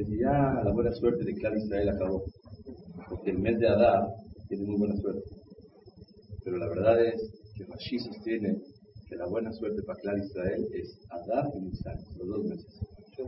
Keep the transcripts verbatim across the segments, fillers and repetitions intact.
dice, ya la buena suerte de Clar Israel acabó, porque el mes de Adar tiene muy buena suerte. Pero la verdad es que Rashi sostiene que la buena suerte para Clar Israel es Adar y Nisan, los dos meses.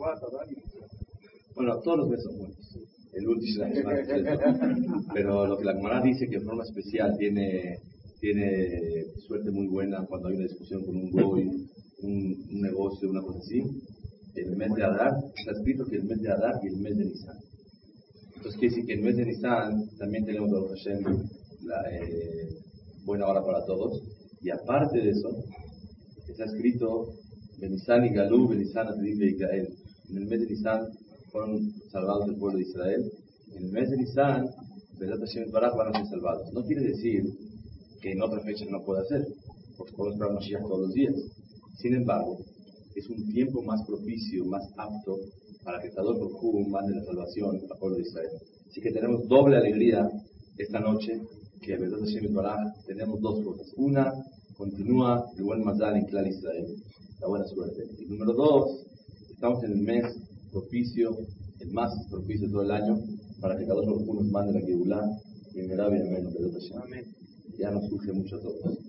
Bueno, todos los meses son buenos. El último es más pero lo que la Gemara dice que de forma especial tiene, tiene suerte muy buena cuando hay una discusión con un goy, un, un negocio, una cosa así. El mes de Adar, está escrito que el mes de Adar y el mes de Nisan. Entonces quiere decir que el mes de Nisan también tenemos Baruch Hashem, la eh, buena hora para todos. Y aparte de eso, está escrito Benisan y Galú, Benisan Atrim y Gael. En el mes de Nisan fueron salvados del pueblo de Israel. En el mes de Nisan, Bezat Hashem Baraj van a ser salvados. No quiere decir que en otra fecha no pueda ser, porque podemos esperar Mashiach todos los días. Sin embargo, es un tiempo más propicio, más apto para que Kadosh Baruj Hu mande la salvación al pueblo de Israel. Así que tenemos doble alegría esta noche, que Bezat Hashem Baraj tenemos dos cosas. Una, continúa el buen mazal en Klal Israel, la buena suerte. Y número dos, estamos en el mes propicio, el más propicio de todo el año, para que Kadosh Baruj Hu nos mande la Geulá y en Merab y Amén, Bezat Hashem. Amén. Ya nos surge mucho a todos.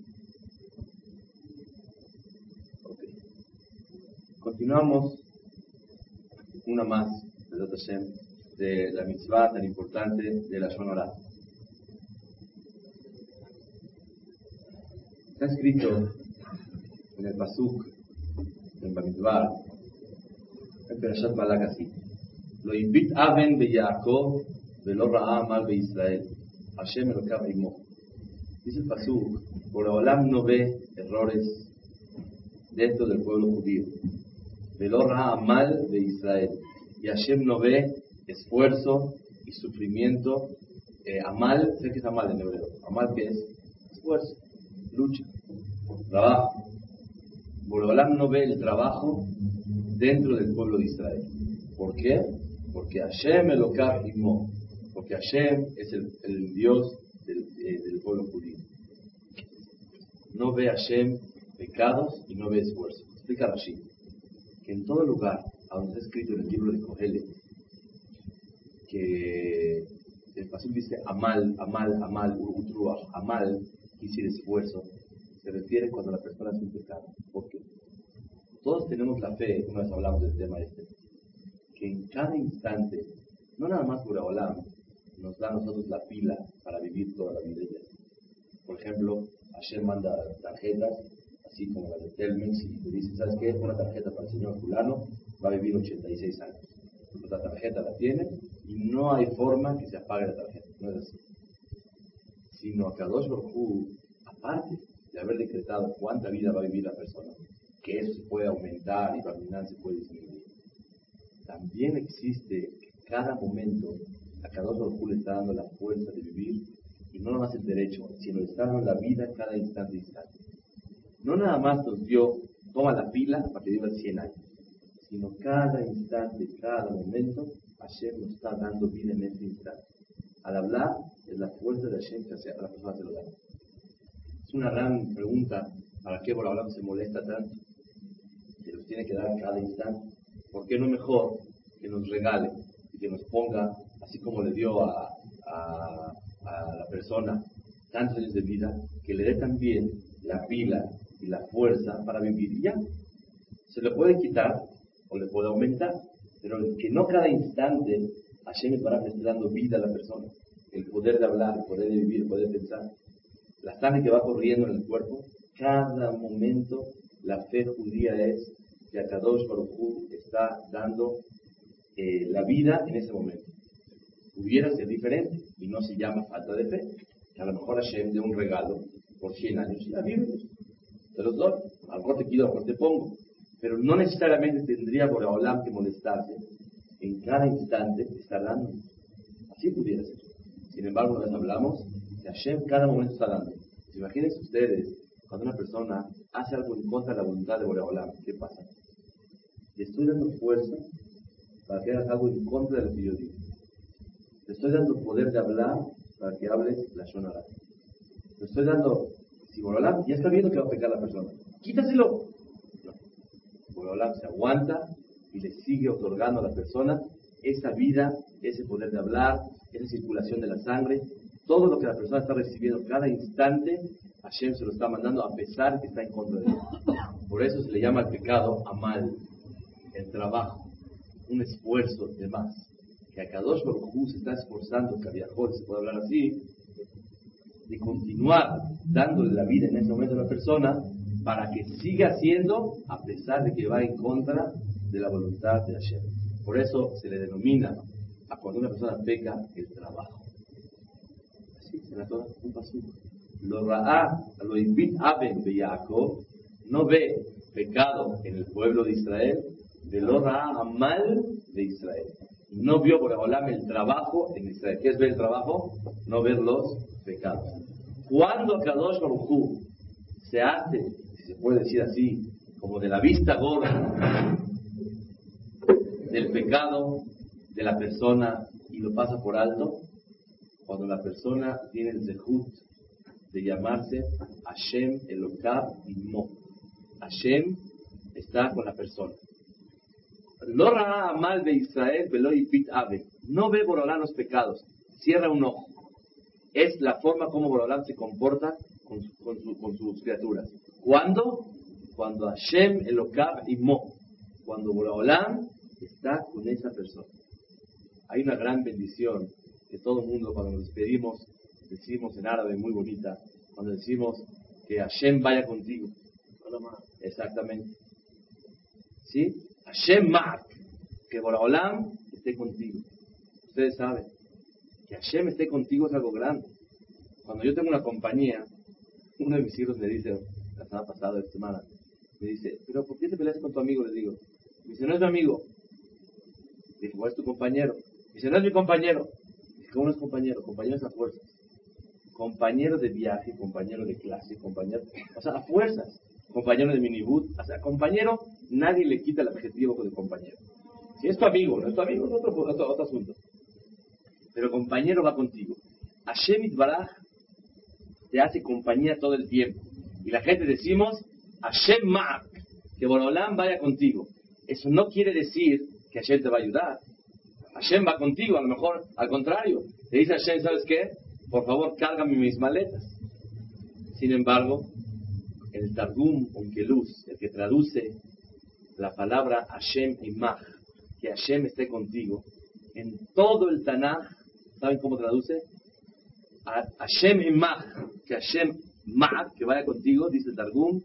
Okay. Continuamos una más, Bezat Hashem, de la mitzvah tan importante de la Lashon Hara. Está escrito en el Pasuk, en Bamidbar, en Perashat Balak así: Lo invit Aven be Yaakov, velo ra'a mal be Israel, Hashem Elokav imo. Dice el Pasuk, Boreolam no ve errores dentro del pueblo judío, velo ra'a mal be Israel, y Hashem no ve esfuerzo y sufrimiento. eh, Amal, sé que es Amal en hebreo. Amal, ¿qué es? Esfuerzo, lucha, trabajo. Boreolam no ve el trabajo dentro del pueblo de Israel. ¿Por qué? Porque Hashem Elokav imo, porque Hashem es el, el Dios del, eh, del pueblo judío. No ve Hashem pecados y no ve esfuerzo. Explica Rashi que en todo lugar a donde está escrito en el libro de Kohelet que el pasuk dice Amal, Amal, Amal, Urutruach, Amal, quiere decir esfuerzo, se refiere cuando la persona hace un pecado. ¿Por qué? Todos tenemos la fe, una vez hablamos del tema este, que en cada instante, no nada más Boreolam nos da a nosotros la pila para vivir toda la vida. Por ejemplo, Hashem manda tarjetas, así como las de Telmex, y te dice, ¿sabes qué? Una tarjeta para el señor fulano va a vivir ochenta y seis años. La tarjeta la tiene y no hay forma que se apague la tarjeta. No es así. Sino a Kadosh Baruj Hu, aparte de haber decretado cuánta vida va a vivir la persona, que eso se puede aumentar y Barminan se puede disminuir, también existe que cada momento a Kadosh Baruj Hu le está dando la fuerza de vivir, y no nada más el derecho, sino le está dando la vida cada instante instante. No nada más nos dio, toma la pila para que viva cien años, sino cada instante, cada momento, Hashem nos está dando vida en este instante. Al hablar, es la fuerza de Hashem que a la persona se lo da. Es una gran pregunta, ¿para qué Boreolam se molesta tanto? Que nos tiene que dar cada instante. ¿Por qué no mejor que nos regale y que nos ponga, así como le dio a, a, a la persona tantos años de vida, que le dé también la pila y la fuerza para vivir? Y ya, se le puede quitar o le puede aumentar, pero que no cada instante Hashem Baraj le esté dando vida a la persona, el poder de hablar, el poder de vivir, el poder de pensar, la sangre que va corriendo en el cuerpo. Cada momento la fe judía es que a Kadosh Baruj Hu está dando eh, la vida en ese momento. Pudiera ser diferente y no se llama falta de fe, que a lo mejor Hashem dé un regalo por cien años y ya vives, te los doy, a lo mejor te quiero, a lo mejor te pongo, pero no necesariamente tendría Boreolam que molestarse en cada instante estar dando. Así pudiera ser. Sin embargo, una vez hablamos que Hashem cada momento está dando. Pues imagínense ustedes, cuando una persona hace algo en contra de la voluntad de Boreolam, ¿qué pasa? Le estoy dando fuerza para que hagas algo en contra de lo que yo digo. Le estoy dando poder de hablar para que hables la Lashon Hara. Le estoy dando, si Boreolam ya está viendo que va a pecar la persona, quítaselo. No. Boreolam se aguanta y le sigue otorgando a la persona esa vida, ese poder de hablar, esa circulación de la sangre, todo lo que la persona está recibiendo cada instante, Hashem se lo está mandando a pesar que está en contra de él. Por eso se le llama al pecado amal, el trabajo, un esfuerzo de más. Que Akadosh Baruj Hu se está esforzando, que viajó, se puede hablar así, de continuar dándole la vida en ese momento a la persona para que siga haciendo a pesar de que va en contra de la voluntad de Hashem. Por eso se le denomina a cuando una persona peca el trabajo. Así se la toma un pasito. Lo ra'a, lo invit aben de Jacob, no ve pecado en el pueblo de Israel, de lo ra'a amal de Israel. No vio por Olam el trabajo en Israel. ¿Qué es ver el trabajo? No ver los pecados. Cuando Kadosh Baruj Hu se hace, si se puede decir así, como de la vista gorda del pecado de la persona y lo pasa por alto, cuando la persona tiene el zehut de llamarse Hashem Elokav Imo. Hashem está con la persona. Lo ra'a amal de Israel velo yipit ave. No ve Borolán los pecados, cierra un ojo. Es la forma como Borolán se comporta con, su, con, su, con sus criaturas. ¿Cuándo? Cuando Hashem Elokav Imo, cuando Borolán está con esa persona. Hay una gran bendición que todo el mundo, cuando nos despedimos, decimos en árabe muy bonita, cuando decimos que Hashem vaya contigo. Exactamente. ¿Sí? Hashem Ma'ak, que Boraholam esté contigo. Ustedes saben que Hashem esté contigo es algo grande. Cuando yo tengo una compañía, uno de mis hijos me dice, la semana pasada, esta semana, me dice, pero ¿por qué te peleas con tu amigo? Le digo, me dice, no es mi amigo. Le dije, ¿cuál es tu compañero? Me dice, no es mi compañero. Le dije, ¿cómo no es compañero? Compañeros a fuerzas. Compañero de viaje, compañero de clase, compañero, o sea, a fuerzas. Compañero de minibús, o sea, compañero, nadie le quita el adjetivo de compañero. Si es tu amigo, no es tu amigo, es otro, otro, otro asunto. Pero compañero va contigo. Hashem Itbaraj te hace compañía todo el tiempo. Y la gente decimos, Hashem Ma'ak, que Borolam vaya contigo. Eso no quiere decir que Hashem te va a ayudar. Hashem va contigo, a lo mejor, al contrario. Te dice Hashem, ¿sabes qué? Por favor, cárgame mis maletas. Sin embargo, el Targum Onkeluz, el que traduce la palabra Hashem Imach, que Hashem esté contigo, en todo el Tanaj, ¿saben cómo traduce? A Hashem Imach, que Hashem Ma'ak, que vaya contigo, dice el Targum,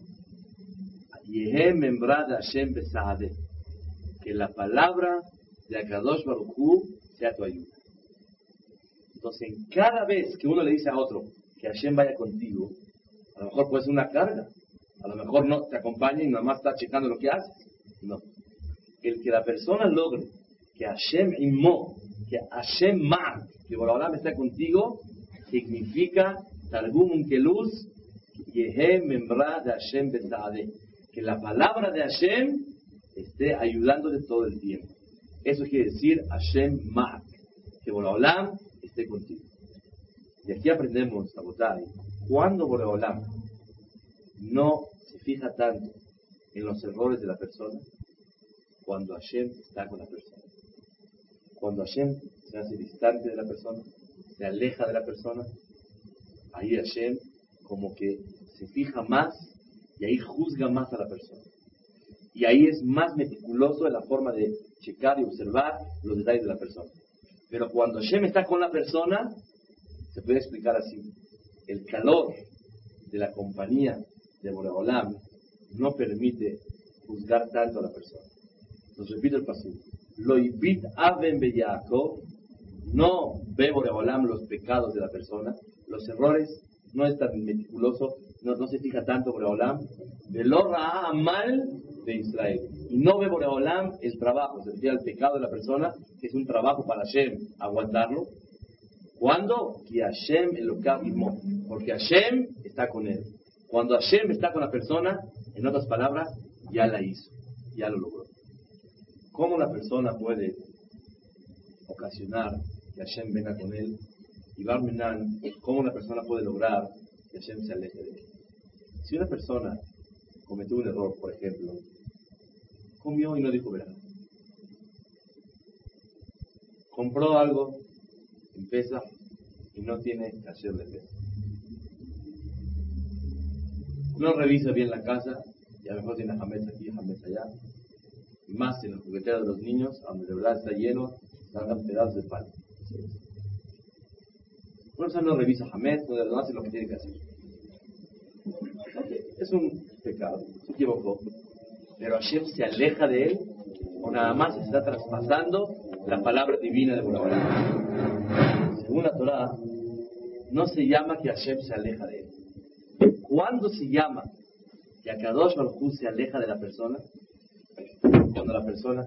Yehem Membrad Hashem Besaade, que la palabra de Akadosh Baruj Hu sea tu ayuda. Entonces, en cada vez que uno le dice a otro que Hashem vaya contigo, a lo mejor puede ser una carga. A lo mejor no te acompaña y nada más está checando lo que haces. No. El que la persona logre que Hashem Immo, que Hashem Ma, que Borolam está contigo, significa Targum Unkeluz, Yehem Memra de Hashem Besaade. Que la palabra de Hashem esté ayudándote todo el tiempo. Eso quiere decir Hashem Ma, que Borolam esté contigo. Y aquí aprendemos, Sabotay, cuando Borolam no se fija tanto en los errores de la persona, cuando Hashem está con la persona. Cuando Hashem se hace distante de la persona, se aleja de la persona, ahí Hashem como que se fija más y ahí juzga más a la persona. Y ahí es más meticuloso en la forma de checar y observar los detalles de la persona. Pero cuando Hashem está con la persona, se puede explicar así: el calor de la compañía de Boreolam no permite juzgar tanto a la persona. Nos repito el pasaje: Lo ibit aven be Yaakov, no ve Boreolam los pecados de la persona, los errores, no es tan meticuloso, no, no se fija tanto Boreolam, velo ra'a amal de Israel, y no ve Boreolam el trabajo, se refiere al pecado de la persona, que es un trabajo para Hashem aguantarlo. ¿Cuándo? Que Hashem Elokav Imo, porque Hashem está con él. Cuando Hashem está con la persona, en otras palabras, ya la hizo, ya lo logró. ¿Cómo la persona puede ocasionar que Hashem venga con él? Y Barmenan, ¿cómo una persona puede lograr que Hashem se aleje de él? Si una persona cometió un error, por ejemplo, comió y no dijo verá, compró algo en Pesaj y no tiene kasher de Pesaj. No revisa bien la casa, y a lo mejor tiene hametz aquí, hametz allá, y más en el juguetero de los niños, donde de verdad está lleno, salgan pedazos de pan. Por eso no revisa hametz, no, no hace lo que tiene que hacer. Es un pecado, se equivocó, pero Hashem se aleja de él, o nada más está traspasando la palabra divina de Boreolam. Según la Torah, no se llama que Hashem se aleja de él. ¿Cuándo se llama que Akadosh Baruj Hu se aleja de la persona? Cuando la persona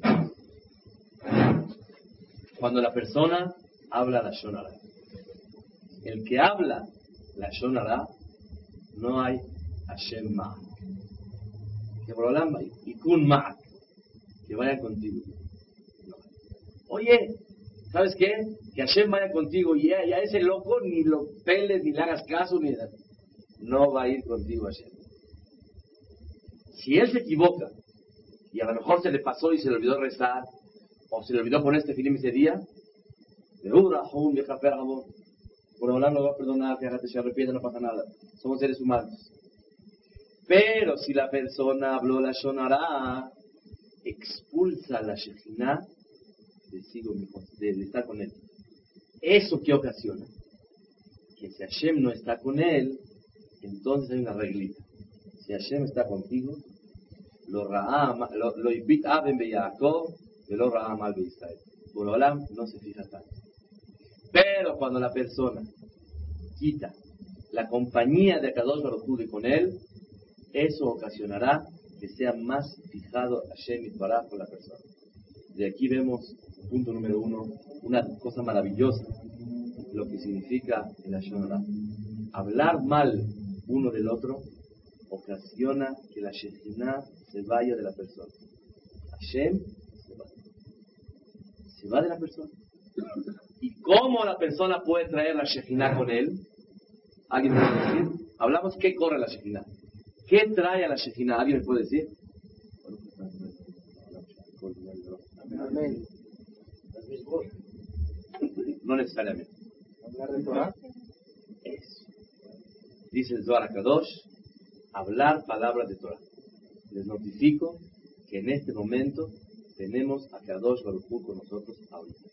cuando la persona habla la Lashon Hara. El que habla la Lashon Hara, no hay Hashem Ma'ak. Que Boreolam y Kun Ma'ak, que vaya contigo. No. Oye, ¿sabes qué? Que Hashem vaya contigo y a, y a ese loco ni lo peles, ni le hagas caso, ni nada. No va a ir contigo Hashem. Si él se equivoca y a lo mejor se le pasó y se le olvidó rezar, o se le olvidó poner este film ese día, de Urahum, de Jafer Hamon, por hablar no va a perdonar, que se arrepiente, no pasa nada. Somos seres humanos. Pero si la persona habló la Lashon Hara, expulsa la Shejinah de, de, de estar con él. ¿Eso qué ocasiona? Que si Hashem no está con él, entonces hay una reglita. Si Hashem está contigo, lo ra'am, lo ibit aben be Yaakov, de lo ra'am al be Israel. Boreolam no se fija tanto. Pero cuando la persona quita la compañía de Akadosh Baruj Hu con él, eso ocasionará que sea más fijado Hashem Yitbaraj con la persona. De aquí vemos, punto número uno, una cosa maravillosa, lo que significa el Lashon Hara. Hablar mal uno del otro ocasiona que la Shejinah se vaya de la persona. Hashem se va. Se va de la persona. ¿Y cómo la persona puede traer la Shejinah con él? ¿Alguien me puede decir? Hablamos qué corre la Shejinah. ¿Qué trae a la Shejinah? ¿Alguien me puede decir? No necesariamente. ¿Hablar de Torah? Eso. Dice el Zohar HaKadosh, hablar palabras de Torah. Les notifico que en este momento tenemos a Kadosh Baruj Hu con nosotros ahorita.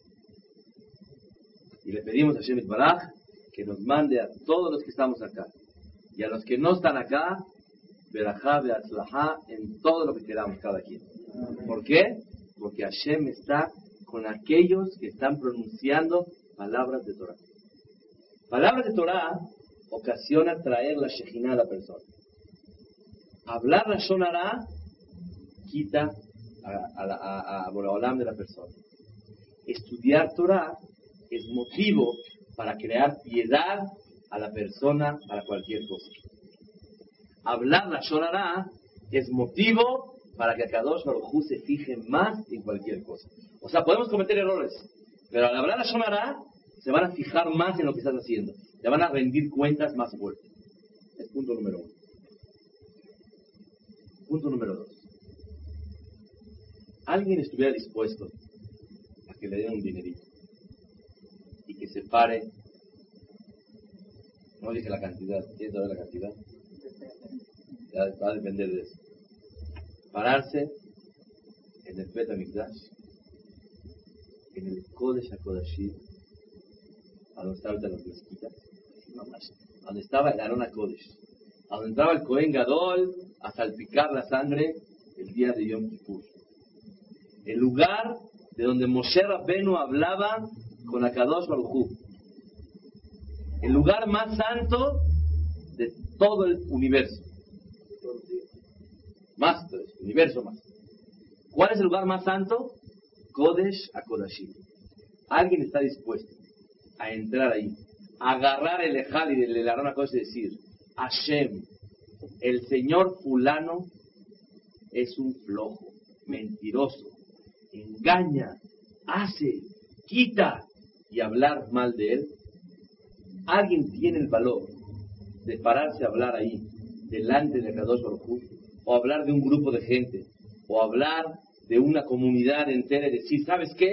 Y le pedimos a Hashem Yitbaraj que nos mande a todos los que estamos acá y a los que no están acá, Berajá, Beatzlajá, en todo lo que queramos cada quien. ¿Por qué? Porque Hashem está con aquellos que están pronunciando palabras de Torah. Palabras de Torah ocasiona traer la Shejinah a la persona. Hablar la Lashon Hara quita a, a, a, a Boreolam de la persona. Estudiar Torah es motivo para crear piedad a la persona para cualquier cosa. Hablar la Lashon Hara es motivo para que Akadosh Baruj Hu se fije más en cualquier cosa. O sea, podemos cometer errores, pero al hablar la Lashon Hara se van a fijar más en lo que estás haciendo. Te van a rendir cuentas más fuertes. Es punto número uno. Punto número dos. Alguien estuviera dispuesto a que le den un dinerito y que se pare. No dije la cantidad. ¿Quieren saber la cantidad? Ya va a depender de eso. Pararse en el Bet HaMikdash, en el Kodesh HaKodashim, a donde estaban las mezquitas, a donde estaba el Aron HaKodesh, a donde entraba el Kohen Gadol a salpicar la sangre el día de Yom Kippur. El lugar de donde Moshe Rabbenu hablaba con Akadosh Baruj Hu. El lugar más santo de todo el universo. Más, pues, universo más. ¿Cuál es el lugar más santo? Kodesh HaKodashim. ¿Alguien está dispuesto a entrar ahí, a agarrar el ejal y el Aron HaKodesh y decir, Hashem, el señor fulano es un flojo, mentiroso, engaña, hace, quita y hablar mal de él? ¿Alguien tiene el valor de pararse a hablar ahí delante de Kadosh Baruj Hu, o hablar de un grupo de gente, o hablar de una comunidad entera y decir, ¿sabes qué?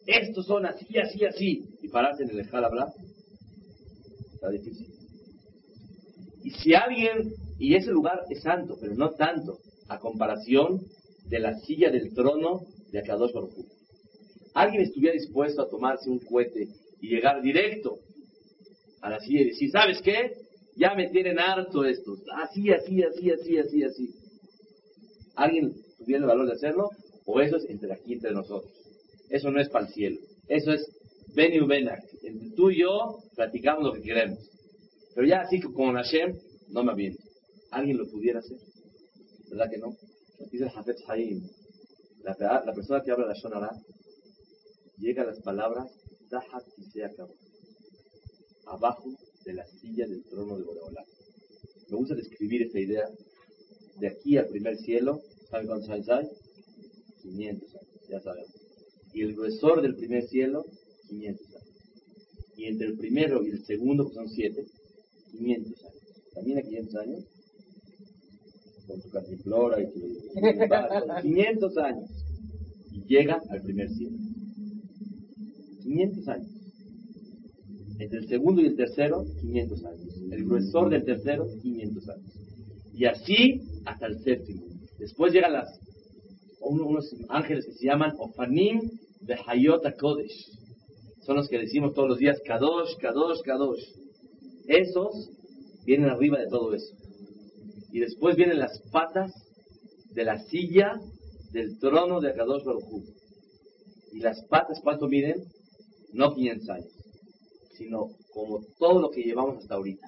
estos son así, así, así, y pararse en el Ejal hablar, está difícil. Y si alguien, y ese lugar es santo, pero no tanto, a comparación de la silla del trono de Akadosh Baruj Hu. Alguien estuviera dispuesto a tomarse un cohete y llegar directo a la silla y decir, ¿sabes qué? Ya me tienen harto estos, así, así, así, así, así, así. ¿Alguien tuviera el valor de hacerlo? ¿O eso es entre aquí, entre nosotros? Eso no es para el cielo. Eso es Beni Ubenak. Entre tú y yo platicamos lo que queremos. Pero ya así como Hashem, no me aviento. ¿Alguien lo pudiera hacer? ¿Verdad que no? Dice el Hafetz Haim, la, la persona que habla la Shonara, llega a las palabras Tahat Kiseakab, abajo de la silla del trono de Boreolá. Me gusta describir esta idea. De aquí al primer cielo, ¿saben cuántos años hay? quinientos años, ya sabemos. Y el gruesor del primer cielo, quinientos años. Y entre el primero y el segundo, que son siete, quinientos años. También a quinientos años, con tu cantimplora y tu... quinientos años. Y llega al primer cielo. quinientos años. Entre el segundo y el tercero, quinientos años. El gruesor del tercero, quinientos años. Y así hasta el séptimo. Después llegan las, unos ángeles que se llaman Ofanim de Hayot HaKodesh. Son los que decimos todos los días Kadosh, Kadosh, Kadosh. Esos vienen arriba de todo eso. Y después vienen las patas de la silla del trono de Kadosh Baruj Hu. Y las patas, ¿cuánto miden? No quinientos años, sino como todo lo que llevamos hasta ahorita.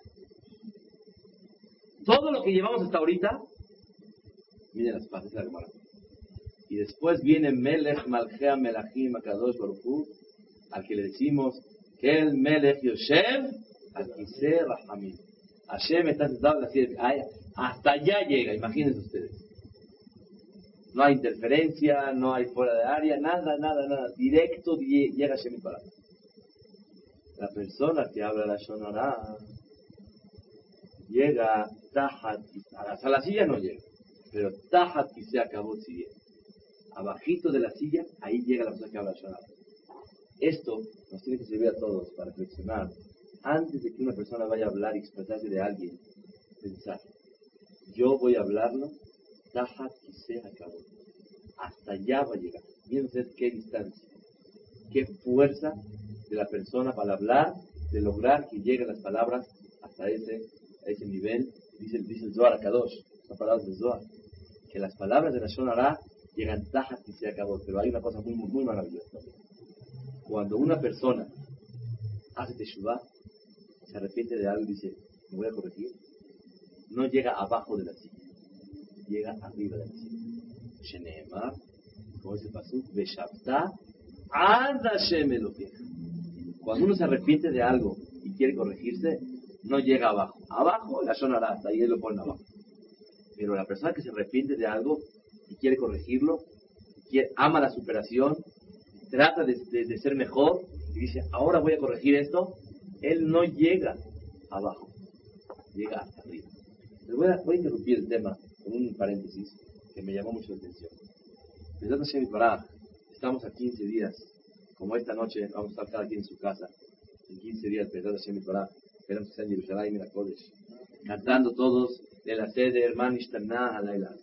Todo lo que llevamos hasta ahorita, miren las patas de la Gemara. Y después viene Melech Malchea Melachim Akadosh Baruj Hu, al que le decimos que el Melech Yoshev al Kiseh Rahamim. Hashem está sentado en la silla de... Hasta allá llega, imagínense ustedes. No hay interferencia, no hay fuera de área, nada, nada, nada. Directo llega Hashem y para. La persona que habla la Shonara llega Tahat, a la silla no llega, pero Tahat y se acabó si llega. Abajito de la silla, ahí llega la persona que habla la Shonara. Esto nos tiene que servir a todos para reflexionar. Antes de que una persona vaya a hablar y expresarse de alguien, pensar, yo voy a hablarlo, Tahat y se acabó. Hasta allá va a llegar. Miren ustedes qué distancia, qué fuerza de la persona para hablar, de lograr que lleguen las palabras hasta ese, a ese nivel. Dice, dice el Zohar Kadosh, son palabras del Zohar, que las palabras de la Shonara llegan Tahat y se acabó. Pero hay una cosa muy, muy, muy maravillosa. Cuando una persona hace Teshuvah, se arrepiente de algo y dice, me voy a corregir, no llega abajo de la silla, llega arriba de la silla. Sheneemar, como dice el pasuk, Beshavta ad Hashem Elokecha. Cuando uno se arrepiente de algo y quiere corregirse, no llega abajo. Abajo la Shonara, hasta ahí lo ponen abajo. Pero la persona que se arrepiente de algo y quiere corregirlo, quiere, ama la superación, trata de, de, de ser mejor y dice, ahora voy a corregir esto, él no llega abajo, llega hasta arriba. Les voy a, voy a interrumpir el tema con un paréntesis que me llamó mucho la atención. Estamos a quince días, como esta noche, vamos a estar cada quien en su casa, en quince días, esperamos que sea en Yerushalayim y la Kodesh, cantando todos, de la sede, hermano, Ishtaná, Alayla.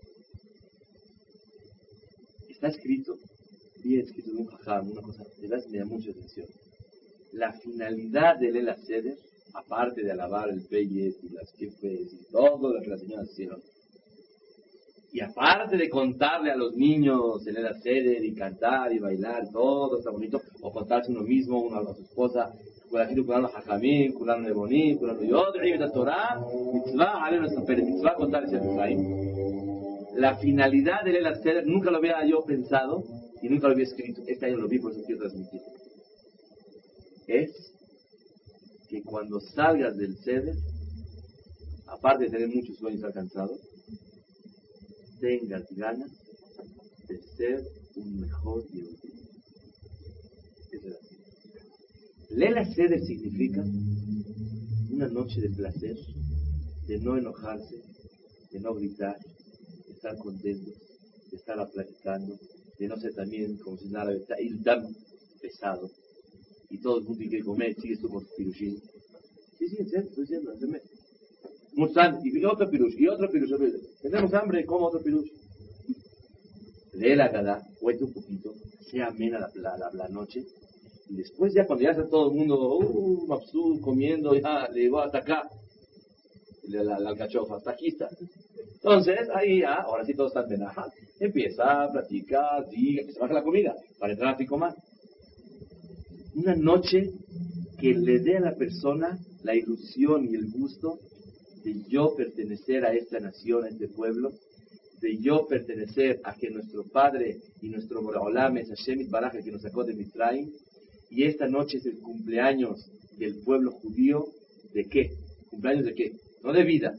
Está escrito, bien escrito de un jajam, una cosa, de verdad me da mucha atención. La finalidad del El Seder, aparte de alabar el Peyet y las Kefes y todo lo que las señoras hicieron, y aparte de contarle a los niños el El Seder y cantar y bailar, todo está bonito, o contarse uno mismo, uno a su esposa, Kulano Hajamim, Kulano Nebonim, Kulano Yodri, la Torah, Mitzvah, Ale nuestra Pere, Mitzvah, contar ese Mitzvah. La finalidad del El Seder nunca lo había yo pensado y nunca lo había escrito. Este año lo vi, por eso quiero transmitir. Es que cuando salgas del Seder, aparte de tener muchos sueños alcanzados, tengas ganas de ser un mejor Yehudí. Eso es así. Lela Seder significa una noche de placer, de no enojarse, de no gritar, de estar contentos, de estar platicando, de no ser también, como si en árabe, ta'ildam, pesado y todo el mundo quiere comer, sigues tú con tu pirushín. Sí, sí, en serio, estoy diciendo, hazme. Muchos años, y otro pirush, y otro pirush. Tenemos hambre, como otro pirush. Lee la Gadá, cuente un poquito, sea amena la, la, la, la noche, y después ya cuando ya está todo el mundo, uh, mapsú, comiendo, ya le llegó hasta acá, la, la, la alcachofa, hasta aquí está. Entonces, ahí ya, ahora sí todos están tenajas, empieza a platicar, diga, que se baja la comida, para entrar a pico más. Una noche que le dé a la persona la ilusión y el gusto de yo pertenecer a esta nación, a este pueblo, de yo pertenecer a que nuestro Padre y nuestro Boreolam es Hashem Itbaraj, el que nos sacó de Mitzrayim, y esta noche es el cumpleaños del pueblo judío. ¿De qué? ¿Cumpleaños de qué? No de vida,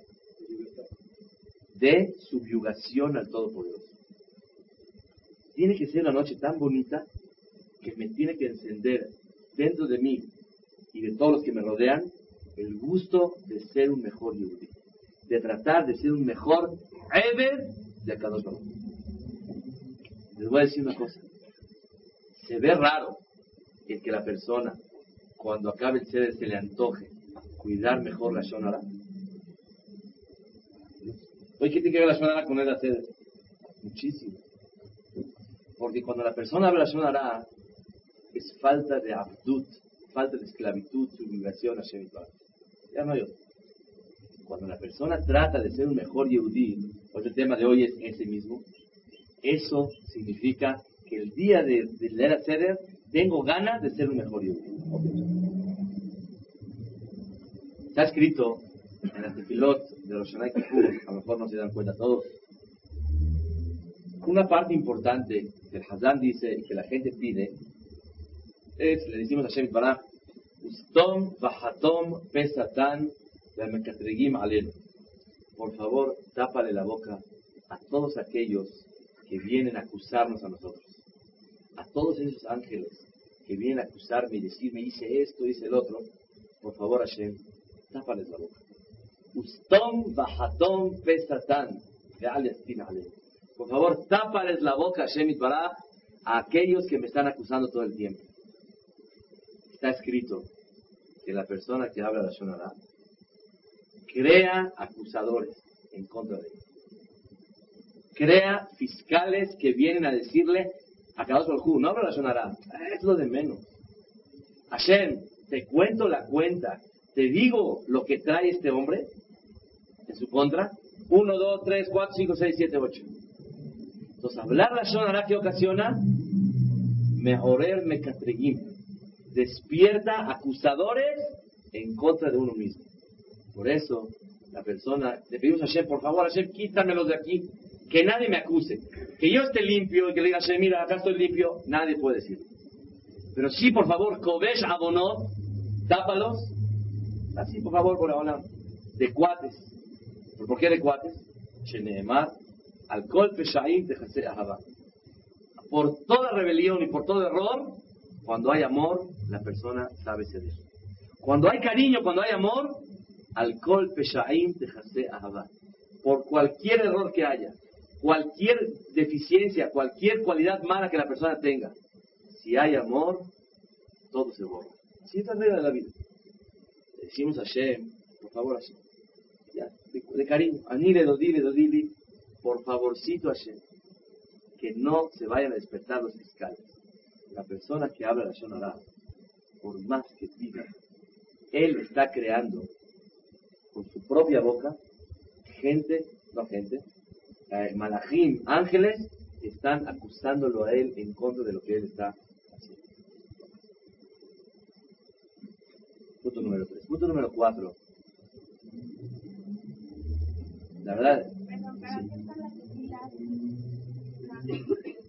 de subyugación al Todopoderoso. Tiene que ser una noche tan bonita que me tiene que encender dentro de mí y de todos los que me rodean el gusto de ser un mejor yudí, de tratar de ser un mejor Eved de Akadosh Baruj Hu. Les voy a decir una cosa. Se ve raro el que la persona, cuando acabe el seder, se le antoje cuidar mejor la Lashon Hara. Oye, ¿qué tiene que ver la Lashon Hara con el seder? Muchísimo. Porque cuando la persona habla la Lashon Hara, es falta de abdut, falta de esclavitud, subyugación a Hashem Yitbaraj. Ya no hay otro. Cuando la persona trata de ser un mejor Yehudí, hoy el tema de hoy es ese mismo, eso significa que el día de, de leer a Seder tengo ganas de ser un mejor Yehudí. Okay. Está escrito en las tefilot de los Shana Kippur, a lo mejor no se dan cuenta todos, una parte importante que el Hazán dice y que la gente pide es, le decimos a Hashem Yitbaraj, Ustom vahatom pesatan vemekatregim alenu. Por favor, tápale la boca a todos aquellos que vienen a acusarnos a nosotros. A todos esos ángeles que vienen a acusarme y decirme, hice esto, hice el otro. Por favor, Hashem, tápales la boca. Ustom vahatom pesatan ve'alestin alenu. Por favor, tápales la boca, Hashem Yitbaraj, a aquellos que me están acusando todo el tiempo. Está escrito que la persona que habla la Lashon Hara crea acusadores en contra de él. Crea fiscales que vienen a decirle a Kadosh Baruj Hu, no habla la Lashon Hara, es lo de menos. Hashem, te cuento la cuenta, te digo lo que trae este hombre en su contra. Uno, dos, tres, cuatro, cinco, seis, siete, ocho. Entonces, hablar la Lashon Hara, ¿qué ocasiona? Mejorer mekatregim. Despierta acusadores en contra de uno mismo. Por eso, la persona, le pedimos a Hashem, por favor, Hashem, quítamelos de aquí, que nadie me acuse, que yo esté limpio y que le diga a Hashem, mira, acá estoy limpio, nadie puede decirlo. Pero sí, por favor, Kodesh Abonot, tápalos, así, por favor, por ahora, de cuates. ¿Por qué de cuates? Sheneemar, alcohol peshaim de Haseh Ahava. Por toda rebelión y por todo error, cuando hay amor, la persona sabe ceder. Cuando hay cariño, cuando hay amor, alcohol peshaim tehaseh ahava. Por cualquier error que haya, cualquier deficiencia, cualquier cualidad mala que la persona tenga, si hay amor, todo se borra. Así es la regla de la vida. Le decimos a Hashem, por favor Hashem, ya, de, de cariño, anile dodili dodili, por favorcito Hashem, que no se vayan a despertar los fiscales. La persona que habla la Lashon Hara, por más que pida, él está creando con su propia boca gente, no gente, eh, malachim, ángeles, están acusándolo a él en contra de lo que él está haciendo. Punto número tres. Punto número cuatro. La verdad, sí.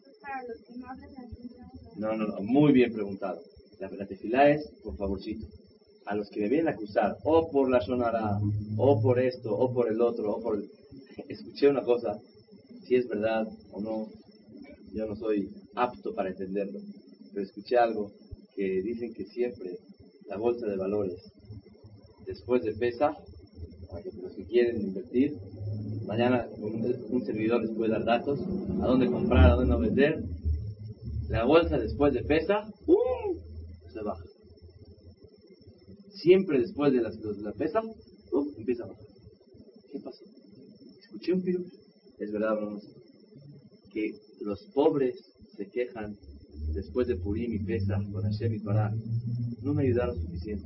No, no, no, muy bien preguntado. La, la tefilá es, por favorcito, a los que me vienen a acusar, o por la Lashon Hara, o por esto, o por el otro, o por el... Escuché una cosa, si es verdad o no, yo no soy apto para entenderlo, pero escuché algo que dicen que siempre la bolsa de valores, después de Pesaj, para que los que quieren invertir, mañana un, un servidor les puede dar datos, a dónde comprar, a dónde no vender. La bolsa después de Pesaj, ¡um! siempre después de la, de la pesa, uf, empieza a bajar. ¿Qué pasó? Escuché un pirush. Es verdad, no, no sé. Que los pobres se quejan después de Purim y Pesach con Hashem y Pará. No me ayudaron suficiente.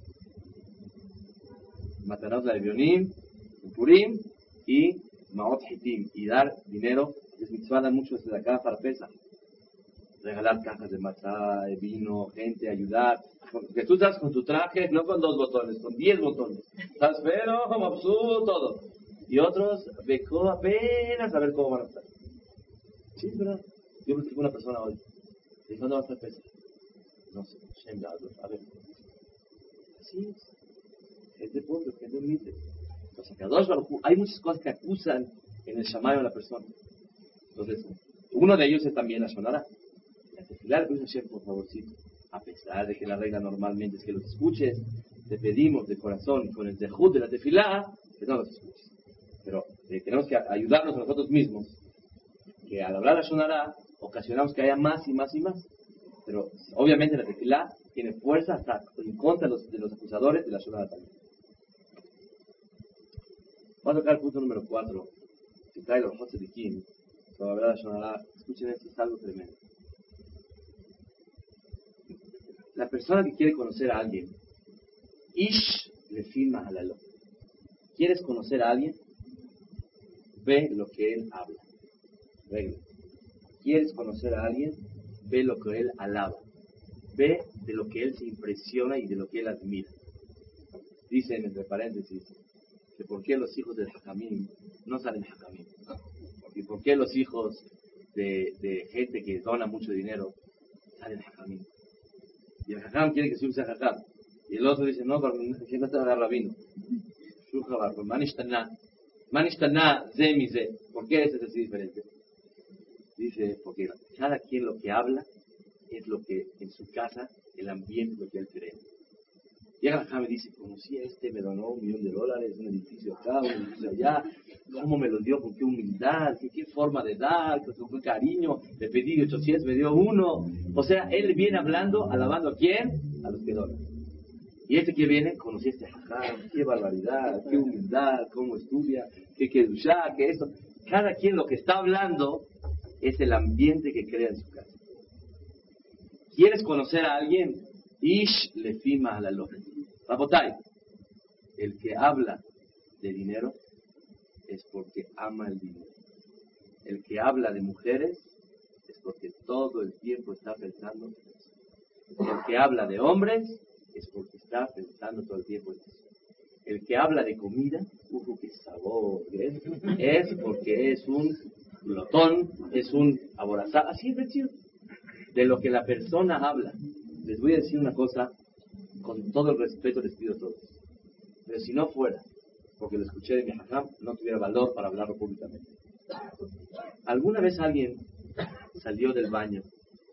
Matanos la de Bionim, Purim y Maot Hitim. Y dar dinero, es mitzvah, dan mucho desde acá para Pesach. Regalar cajas de matzá, de vino, gente, ayudar. Que tú estás con tu traje, no con dos botones, con diez botones. Estás feo, mabsú, todo. Y otros, becó apenas a ver cómo van a estar. Sí, es verdad. Yo me explico una persona hoy. Le dijo, ¿dónde va a estar Pesach? No sé, Shem Gadol. A ver. Así es. Gente pobre, gente humilde. Entonces, Kadosh Baruj Hu, hay muchas cosas que acusan en el Shammai a la persona. Entonces, uno de ellos es también la Shonara. La tefilá le pedimos a Hashem, por favorcito. A pesar de que la regla normalmente es que los escuches, te pedimos de corazón y con el zehut de la tefilá, que no los escuches. Pero eh, tenemos que ayudarnos a nosotros mismos, que al hablar la Shonara, ocasionamos que haya más y más y más. Pero obviamente la tefilá tiene fuerza hasta en contra de los, de los acusadores de la Shonara también. Vamos a tocar el punto número cuatro, que trae los José de Kim, sobre hablar la Shonara. Escuchen esto, es algo tremendo. La persona que quiere conocer a alguien, Ish le filma a la lo. ¿Quieres conocer a alguien? Ve lo que él habla. Regla. ¿Quieres conocer a alguien? Ve lo que él alaba. Ve de lo que él se impresiona y de lo que él admira. Dicen, entre paréntesis, que por qué los hijos del Hakamim no salen Hakamim. Y por qué los hijos de, de gente que dona mucho dinero salen Hakamim. Y el Hakam quiere que su hijo sea Hakam. Y el otro dice, no, que no te va a dar rabino. Manishtaná. Manishtaná, ze mi ze. ¿Por qué es así diferente? Dice, porque cada quien lo que habla es lo que en su casa, el ambiente, lo que él cree. Llega Hakam y dice, conocí a este, me donó un millón de dólares, un edificio acá, un edificio allá. ¿Cómo me lo dio? ¿Con qué humildad? ¿Qué, qué forma de dar? ¿Con qué cariño? Le pedí ochocientos, me dio uno. O sea, él viene hablando, alabando a quién? A los que donan. Y este que viene, conocí a este Hakam, qué barbaridad, qué humildad, cómo estudia, qué kedushá, qué eso. Cada quien lo que está hablando es el ambiente que crea en su casa. ¿Quieres conocer a alguien? Ish le fima a la loja. Rabotai, el que habla de dinero es porque ama el dinero. El que habla de mujeres es porque todo el tiempo está pensando en eso. El que habla de hombres es porque está pensando todo el tiempo en eso. El que habla de comida, uff, qué sabor, ¿ves? Es porque es un glotón, es un aborazado. Así es de chido. De lo que la persona habla. Les voy a decir una cosa, con todo el respeto les pido a todos. Pero si no fuera, porque lo escuché de mi hajam, no tuviera valor para hablarlo públicamente. ¿Alguna vez alguien salió del baño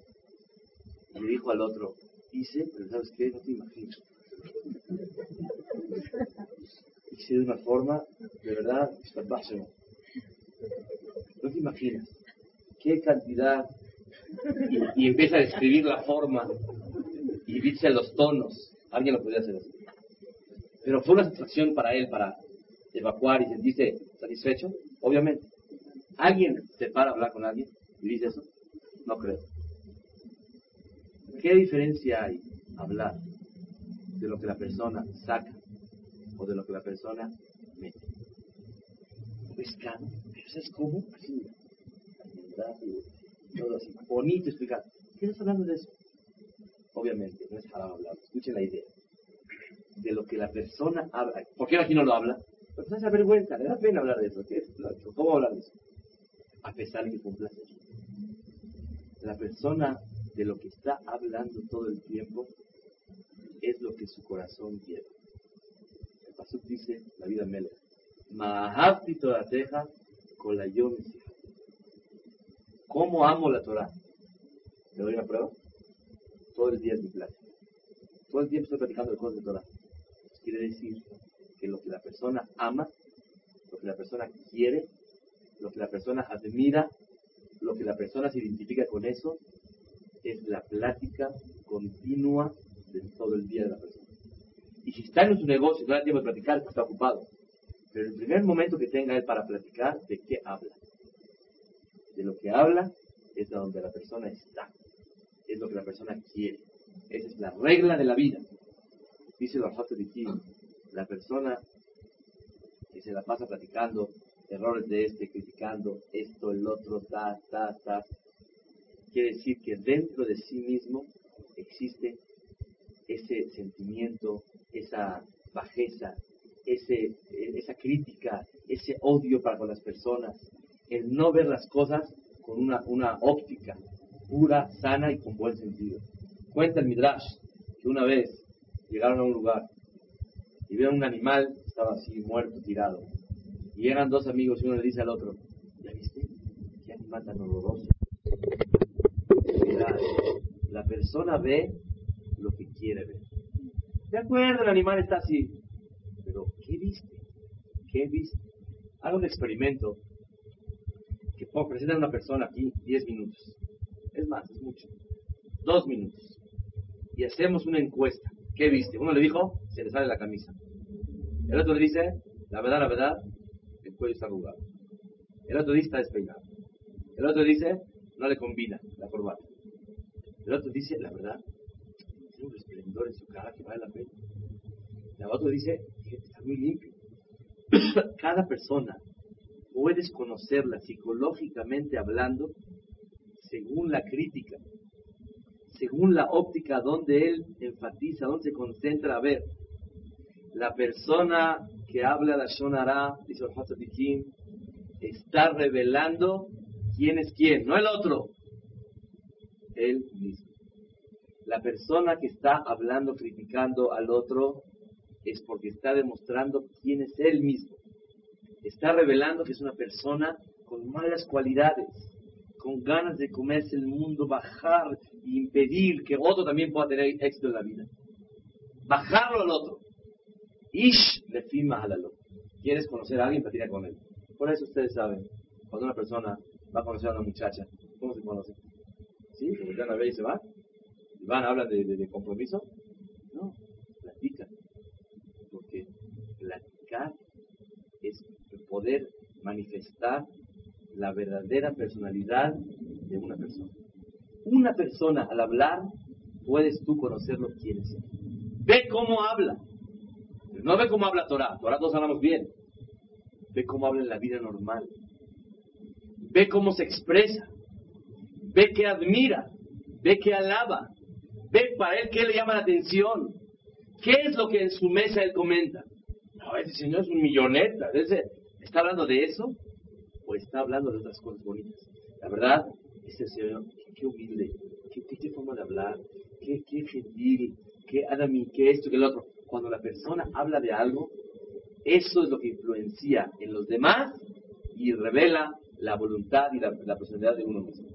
y le dijo al otro, hice, pero ¿sabes qué? No te imaginas. Hice de una forma, de verdad, no te imaginas. ¿Qué cantidad? Y, y empieza a describir la forma y dice los tonos. Alguien lo podría hacer así. Pero fue una satisfacción para él, para evacuar y sentirse satisfecho, obviamente. ¿Alguien se para a hablar con alguien y dice eso? No creo. ¿Qué diferencia hay hablar de lo que la persona saca o de lo que la persona mete? Pescado, pero ¿sabes cómo? Así, todo así, bonito explicado. ¿Qué estás hablando de eso? Obviamente, no es haram hablar. Escuchen la idea. De lo que la persona habla. ¿Por qué aquí no lo habla? Porque no se avergüenza, le da pena hablar de eso. ¿Qué? ¿Cómo hablar de eso? A pesar de que fue un placer. La persona de lo que está hablando todo el tiempo es lo que su corazón quiere. El pasuk dice, la vida mele, Mahabti torateja kolayom isihati. ¿Cómo amo la Torah? ¿Le doy una prueba? Todo el día es mi plática. Todo el tiempo estoy platicando de cosas de Torah. Eso quiere decir que lo que la persona ama, lo que la persona quiere, lo que la persona admira, lo que la persona se identifica con eso, es la plática continua de todo el día de la persona. Y si está en su negocio y no hay tiempo de platicar, está ocupado. Pero el primer momento que tenga él para platicar, ¿de qué habla? De lo que habla es de donde la persona está. Es lo que la persona quiere. Esa es la regla de la vida. Dice los Hatzidim, la persona que se la pasa platicando errores de este, criticando esto, el otro, ta, ta, ta, quiere decir que dentro de sí mismo existe ese sentimiento, esa bajeza, ese, esa crítica, ese odio para con las personas, el no ver las cosas con una, una óptica pura, sana y con buen sentido. Cuenta el Midrash que una vez llegaron a un lugar y vieron un animal que estaba así muerto, tirado. Y llegan dos amigos y uno le dice al otro, ¿ya viste? ¿Qué animal tan horroroso? Mirad, la persona ve lo que quiere ver. De acuerdo, el animal está así. Pero, ¿qué viste? ¿Qué viste? Haga un experimento que presenta a una persona aquí diez minutos. Es más, es mucho. Dos minutos. Y hacemos una encuesta. ¿Qué viste? Uno le dijo, se le sale la camisa. El otro le dice, la verdad, la verdad, el cuello está arrugado. El otro dice, está despeinado. El otro dice, no le combina la corbata. El otro dice, la verdad, tiene un resplendor en su cara que vale la pena. El otro dice, está muy limpio. Cada persona puedes conocerla psicológicamente hablando según la crítica, según la óptica donde él enfatiza, donde se concentra. A ver, la persona que habla la Shonara, dice el Hatzadikim, está revelando quién es quién, no el otro, él mismo. La persona que está hablando, criticando al otro, es porque está demostrando quién es él mismo. Está revelando que es una persona con malas cualidades, con ganas de comerse el mundo, bajar e impedir que otro también pueda tener éxito en la vida. Bajarlo al otro. Ish lefima halalo. ¿Quieres conocer a alguien? Platica con él. Por eso ustedes saben, cuando una persona va a conocer a una muchacha, ¿cómo se conoce? ¿Sí? Se voltean a ver y se van. ¿Y van, hablan de, de, de compromiso? No, platican. Porque platicar es poder manifestar la verdadera personalidad de una persona. Una persona, al hablar, puedes tú conocerlo quién es. Ve cómo habla. No ve cómo habla Torah. Torah todos hablamos bien. Ve cómo habla en la vida normal. Ve cómo se expresa. Ve que admira. Ve que alaba. Ve para él qué le llama la atención. ¿Qué es lo que en su mesa él comenta? No, ese señor es un milloneta. Ese, ¿está hablando de eso? ¿O está hablando de otras cosas bonitas? La verdad, ese señor, qué, qué humilde. Qué, qué, qué forma de hablar. Qué, qué gentil. Qué adami, qué esto, qué lo otro. Cuando la persona habla de algo, eso es lo que influencia en los demás y revela la voluntad y la, la personalidad de uno mismo.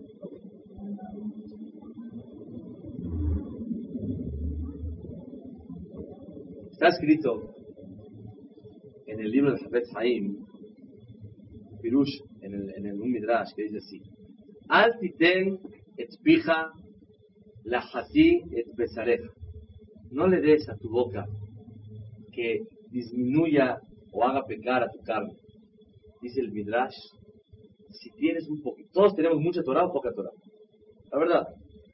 Está escrito en el libro de Hafetz Haim, Pirush, en el, en el un Midrash, que dice así: Al titen et pija la hati et besareja. No le des a tu boca que disminuya o haga pecar a tu carne. Dice el Midrash, si tienes un poquito, todos tenemos mucha Torah o poca Torah. La verdad,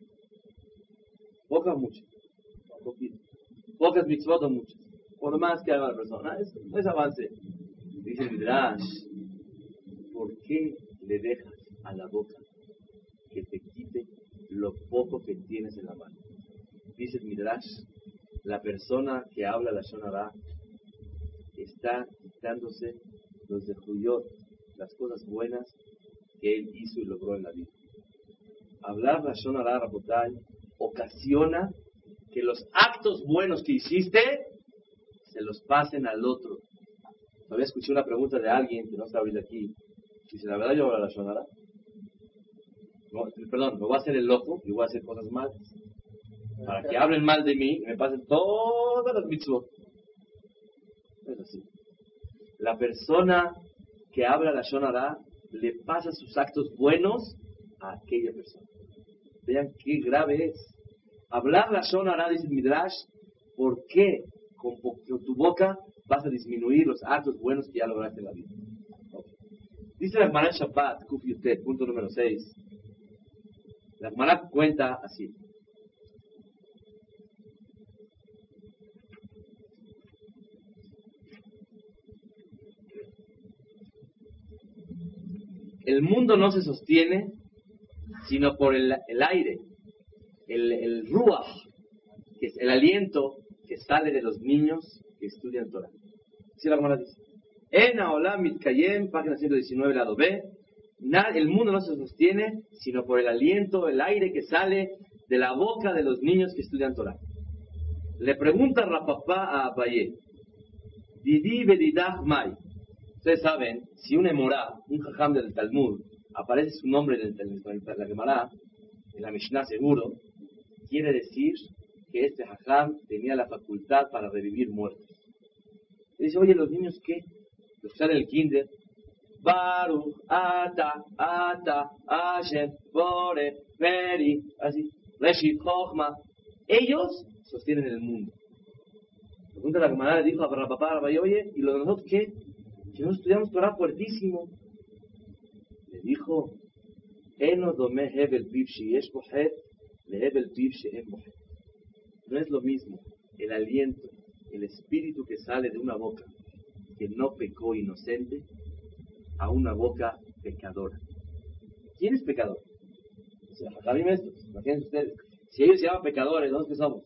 poca o mucha, poquito. Pocas mitzvot o muchas. Por lo más que haga la persona, es, es avance. Dice el Midrash, ¿por qué le dejas a la boca que te quite lo poco que tienes en la mano? Dice el Midrash, la persona que habla la Shonara está quitándose los de Juyot, las cosas buenas que él hizo y logró en la vida. Hablar la Shonara Rabotai ocasiona que los actos buenos que hiciste se los pasen al otro. Todavía escuché una pregunta de alguien que no está ahorita aquí. Dice, la verdad yo hablo la Shonara. No, perdón, me voy a hacer el loco y voy a hacer cosas malas. Para que hablen mal de mí y me pasen todas las mitzvot. Es así. La persona que habla la Shonara le pasa sus actos buenos a aquella persona. Vean qué grave es. Hablar la Shonara, dice el Midrash, ¿por qué? con, con tu boca vas a disminuir los actos buenos que ya lograste en la vida. Okay. Dice la Gemara Shabbat, Kuf Yutet, punto número seis. La Gemara cuenta así. El mundo no se sostiene sino por el, el aire, el, el ruach, que es el aliento que sale de los niños que estudian Torah. Así la Gemara dice. En Haolam Mitkayem, página ciento diecinueve, lado B, el mundo no se sostiene sino por el aliento, el aire que sale de la boca de los niños que estudian Torah. Le pregunta Rapapá a Abaye, Didi Bedidah Mai. Ustedes saben, si un emorá, un jajam del Talmud, aparece su nombre en, el, en la Gemara, en la Mishnah seguro, quiere decir que este jajam tenía la facultad para revivir muertos. Y dice, oye, ¿los niños qué? Los que están en el kinder, Baruch, Ata, Ata, Hashem, Bore, Meri, así, Reshi, Chochma, ellos sostienen el mundo. Pregunta la Gemara, le dijo a papá, oye, ¿y los de nosotros qué? Que no estudiamos Torah fuertísimo. Le dijo, Eno dome hebel piv sheyesh bohet, le hebel piv she'en bohet. No es lo mismo el aliento, el espíritu que sale de una boca que no pecó inocente a una boca pecadora. ¿Quién es pecador? O sea, Jajamim estos, imagínense ustedes. Si ellos se llaman pecadores, ¿dónde somos?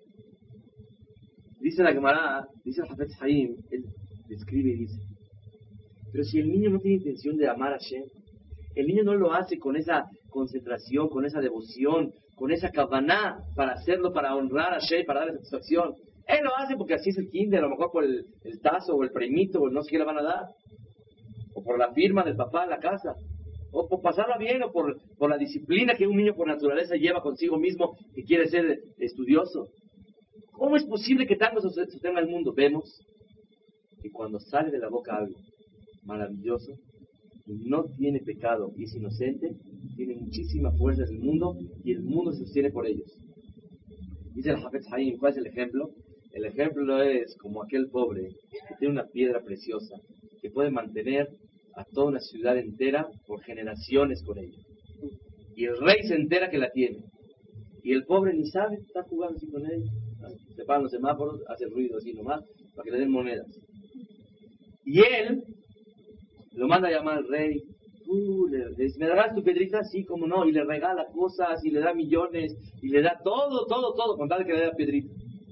Dice la Gemara, dice el Hafetz Haim, él describe y dice, pero si el niño no tiene intención de amar a Hashem, el niño no lo hace con esa concentración, con esa devoción, con esa kavaná para hacerlo, para honrar a Hashem, para darle satisfacción. Él lo hace porque así es el kinder, a lo mejor por el, el tazo o el premito, o no sé qué le van a dar, o por la firma del papá en la casa, o por pasarla bien, o por, por la disciplina que un niño por naturaleza lleva consigo mismo y quiere ser estudioso. ¿Cómo es posible que tanto sostenga el mundo? Vemos que cuando sale de la boca algo maravilloso y no tiene pecado y es inocente, tiene muchísima fuerza en el mundo y el mundo se sostiene por ellos. Dice el Hafetz Haim, ¿cuál es el ejemplo? El ejemplo es como aquel pobre que tiene una piedra preciosa que puede mantener a toda una ciudad entera por generaciones con ella. Y el rey se entera que la tiene. Y el pobre ni sabe, está jugando así con ella. Se paran los semáforos, hace ruido así nomás, para que le den monedas. Y él lo manda a llamar al rey. Uh, le, le dice, ¿me darás tu piedrita? Sí, como no. Y le regala cosas, y le da millones, y le da todo, todo, todo, con tal de que le dé la piedrita.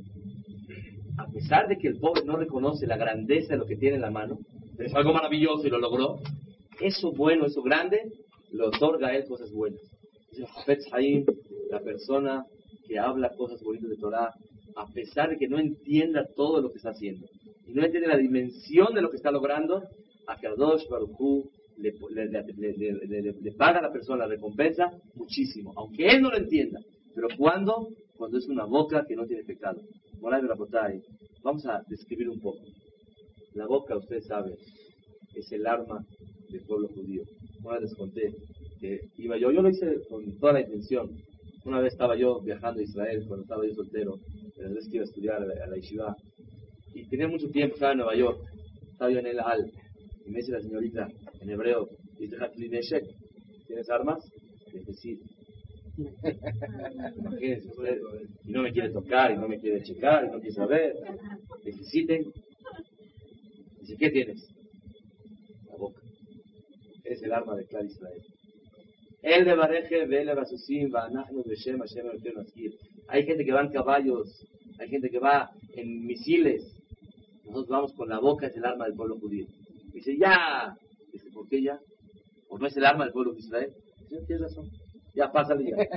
A pesar de que el pobre no reconoce la grandeza de lo que tiene en la mano, pero es algo maravilloso y lo logró, eso bueno, eso grande, le otorga a él cosas buenas. Dice el Hafetz Haim, la persona que habla cosas bonitas de Torah, a pesar de que no entienda todo lo que está haciendo, y no entiende la dimensión de lo que está logrando, a Kadosh Baruj Hu le, le, le, le, le, le paga a la persona la recompensa muchísimo, aunque él no lo entienda. Pero ¿cuándo? Cuando es una boca que no tiene pecado. Vamos a describir un poco. La boca, ustedes saben, es el arma del pueblo judío. Una vez les conté que iba yo, yo lo hice con toda la intención. Una vez estaba yo viajando a Israel, cuando estaba yo soltero, la vez que iba a estudiar a la, a la yeshiva, y tenía mucho tiempo, estaba en Nueva York, estaba yo en el Al, y me dice la señorita, en hebreo, dice, ¿tienes armas? Y dice, sí. Imagínense ustedes, y no me quiere tocar, y no me quiere checar, y no quiere saber. Dice, sí tengo. Dice, ¿qué tienes? La boca. Es el arma de Clar Israel. El de Bareje, Vele Basusim, Vanahnu, Beshem, Hashem, Elokeinu Askir. Hay gente que va en caballos, hay gente que va en misiles. Nosotros vamos con la boca, es el arma del pueblo judío. Dice, ya. Dice, ¿por qué ya? ¿O no es el arma del pueblo de Israel? Dice, tienes razón. Ya, pásale ya.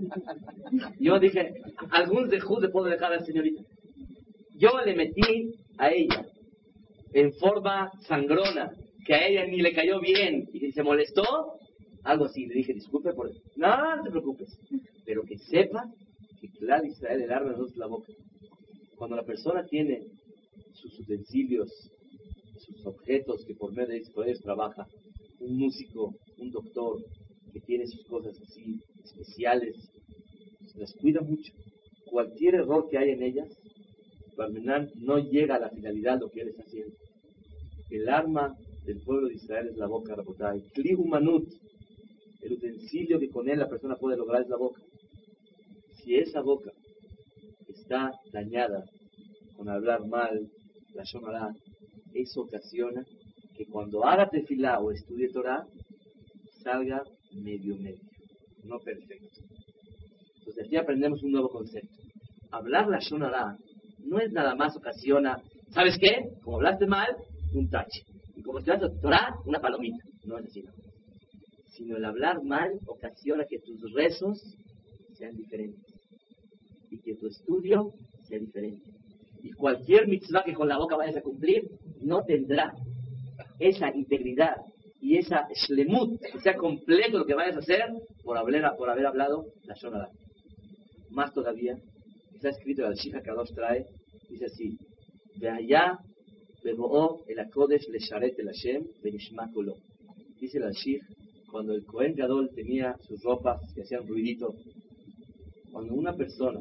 Yo dije, algún zehut le puedo dejar a la señorita. Yo le metí a ella en forma sangrona, que a ella ni le cayó bien y se molestó, algo así. Le dije, disculpe por eso. No, no te preocupes. Pero que sepa que Clar Israel, el arma de nosotros es la boca. Cuando la persona tiene sus utensilios, sus objetos que por medio de ellos trabaja, un músico, un doctor, que tiene sus cosas así especiales, se las cuida mucho. Cualquier error que haya en ellas, Barmenán no llega a la finalidad de lo que él está haciendo. El arma del pueblo de Israel es la boca, Rabotay. Kli Humanut, el utensilio que con él la persona puede lograr es la boca. Si esa boca está dañada con hablar mal, la Lashon Hará, eso ocasiona que cuando haga tefilá o estudie Torah, salga medio medio, no perfecto. Entonces aquí aprendemos un nuevo concepto. Hablar la Lashon Hará no es nada más ocasiona, ¿sabes qué? Como hablaste mal, un tache. Y como estudiaste Torah, una palomita. No es así, no. Sino el hablar mal ocasiona que tus rezos sean diferentes. Y que tu estudio sea diferente. Y cualquier mitzvah que con la boca vayas a cumplir, no tendrá esa integridad y esa shlemut, que sea completo lo que vayas a hacer por haber, por haber hablado la Lashon Hará. Más todavía, está escrito, el Shija Kadosh trae, dice así: Ve'aya bebo'o el HaKodesh lesharet el Hashem benishma kolo. Dice el Shij, cuando el Kohen Gadol tenía sus ropas que hacían ruidito, cuando una persona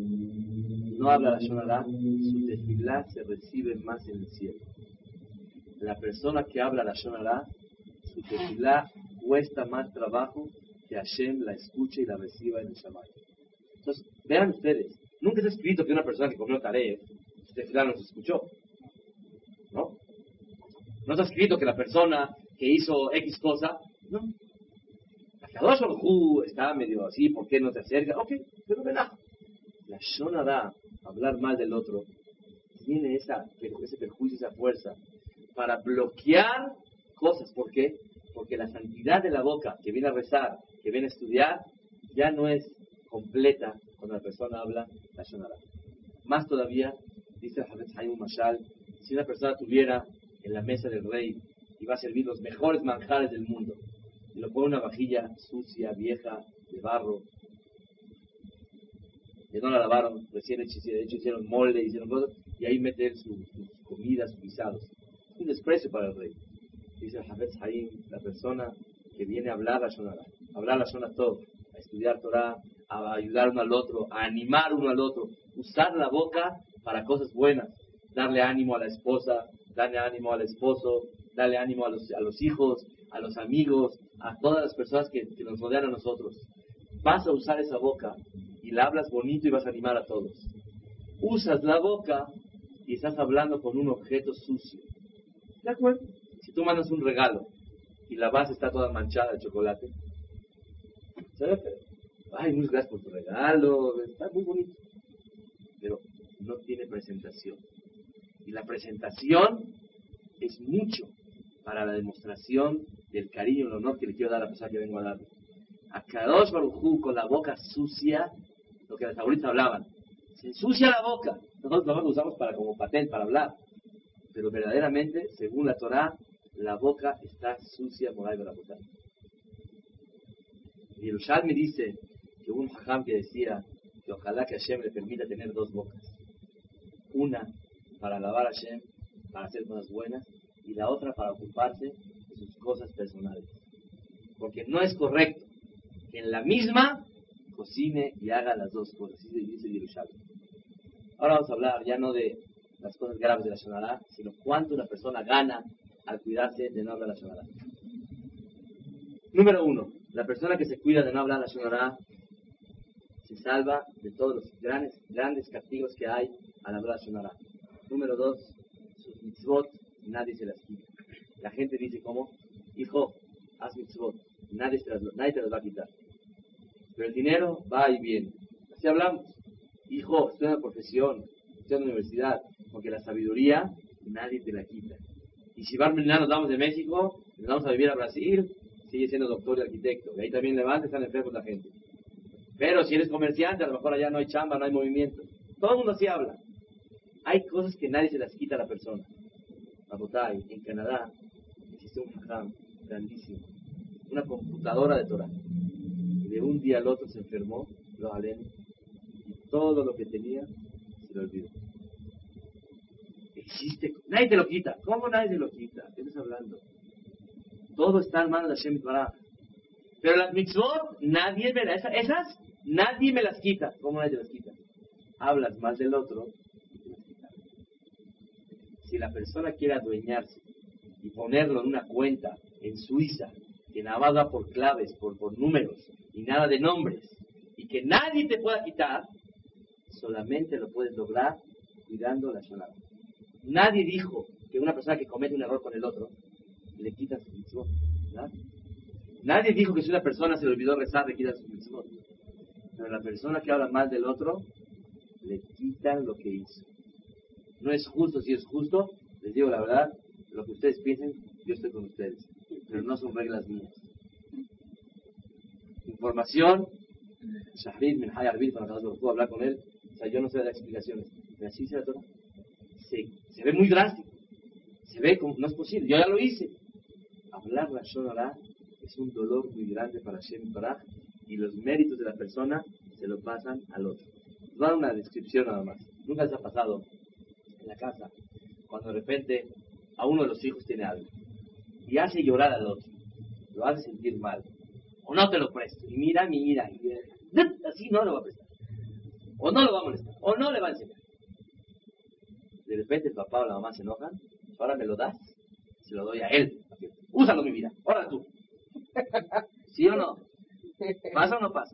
no habla la Lashon Hará, su tefilá se recibe más en el cielo. La persona que habla la Lashon Hará, su tefilá cuesta más trabajo que Hashem la escuche y la reciba en el Shamay. Entonces, vean ustedes, nunca está escrito que una persona que comió taref, su tefilá no se escuchó. ¿No? No está escrito que la persona que hizo X cosa, no. La Kadosh Baruj Hu está medio así, ¿por qué no te acerca? Ok, pero ven a la Lashon Hará, hablar mal del otro, tiene esa, ese perjuicio, esa fuerza para bloquear cosas. ¿Por qué? Porque la santidad de la boca que viene a rezar, que viene a estudiar, ya no es completa cuando la persona habla la Lashon Hará. Más todavía, dice el Hafetz Haim Mashal, si una persona tuviera en la mesa del rey y va a servir los mejores manjares del mundo, y lo pone en una vajilla sucia, vieja, de barro, que no la lavaron, recién hecho, de hecho hicieron molde, hicieron cosas, y ahí mete sus, sus comidas, sus guisados. Es un desprecio para el rey. Dice el Hafetz Haim, la persona que viene a hablar la Lashon Hará, a hablar la Lashon Tov, a estudiar Torah, a ayudar uno al otro, a animar uno al otro, usar la boca para cosas buenas, darle ánimo a la esposa, darle ánimo al esposo, darle ánimo a los, a los hijos, a los amigos, a todas las personas que, que nos rodean a nosotros. Vas a usar esa boca y la hablas bonito y vas a animar a todos. Usas la boca y estás hablando con un objeto sucio. ¿De acuerdo? Si tú mandas un regalo y la base está toda manchada de chocolate, ¿sabes? Ay, muchas gracias por tu regalo, está muy bonito. Pero no tiene presentación. Y la presentación es mucho para la demostración del cariño y el honor que le quiero dar a la persona que vengo a darle. A Kadosh Baruj Hu, con la boca sucia, lo que las abuelitas hablaban, se ensucia la boca. Nosotros lo usamos para como patente, para hablar. Pero verdaderamente, según la Torah, la boca está sucia por ahí de la boca. Y Yerushalmi dice que hubo un hajam que decía que ojalá que Hashem le permita tener dos bocas. Una para alabar a Hashem, para hacer cosas buenas, y la otra para ocuparse de sus cosas personales. Porque no es correcto que en la misma cocine y haga las dos cosas. Así dice Yerushalmi. Ahora vamos a hablar ya no de las cosas graves de la Lashon Hará, sino cuánto una persona gana al cuidarse de no hablar la Lashon Hará. Número uno, la persona que se cuida de no hablar la Lashon Hará se salva de todos los grandes, grandes castigos que hay al hablar la Lashon Hará. Número dos, sus mitzvot nadie se las quita. La gente dice, ¿cómo? Hijo, haz mitzvot, nadie, se las, nadie te las va a quitar. Pero el dinero va y viene. Así hablamos. Hijo, estoy en la profesión, estoy en la universidad, porque la sabiduría nadie te la quita. Y si Barmenán nos vamos de México, nos vamos a vivir a Brasil, sigue siendo doctor y arquitecto. Y ahí también levanta, están enfermos la gente. Pero si eres comerciante, a lo mejor allá no hay chamba, no hay movimiento. Todo el mundo así habla. Hay cosas que nadie se las quita a la persona. Abotay, en Canadá existe un hajam grandísimo, una computadora de Torah. De un día al otro se enfermó, lo alén, y todo lo que tenía se lo olvidó. Existe, nadie te lo quita. ¿Cómo nadie te lo quita? ¿Qué estás hablando? Todo está en manos de Hashem Yitbaraj. Pero las mitzvot, nadie me las, esas, nadie me las quita. ¿Cómo nadie te las quita? Hablas mal del otro y te las quita. si la persona quiere adueñarse y ponerlo en una cuenta en Suiza, que nada va por claves, por, por números, y nada de nombres, y que nadie te pueda quitar, solamente lo puedes lograr cuidando la Shonara. Nadie dijo que una persona que comete un error con el otro, le quitan su mitzvot, ¿verdad? Nadie dijo que si una persona se le olvidó rezar, le quitan su mitzvot. Pero la persona que habla mal del otro, le quitan lo que hizo. No es justo. Si es justo, les digo la verdad, lo que ustedes piensen, yo estoy con ustedes. Pero no son reglas mías. Información, Shahrid, Minhay Arbit, cuando acabas de hablar con él, o sea, yo no sé dar explicaciones. Pero así se la toca. Se, se ve muy drástico. Se ve como, no es posible. Yo ya lo hice. Hablar la Shonara es un dolor muy grande para Shem Baraj, y los méritos de la persona se lo pasan al otro. Les voy a dar una descripción nada más. Nunca les ha pasado en la casa cuando de repente a uno de los hijos tiene algo y hace llorar al otro, lo hace sentir mal, o no te lo presto, y mira, mira, y mira, así no lo va a prestar, o no lo va a molestar, o no le va a enseñar. De repente el papá o la mamá se enojan, ahora me lo das, se lo doy a él, úsalo mi vida, ahora tú. ¿Sí o no? ¿Pasa o no pasa?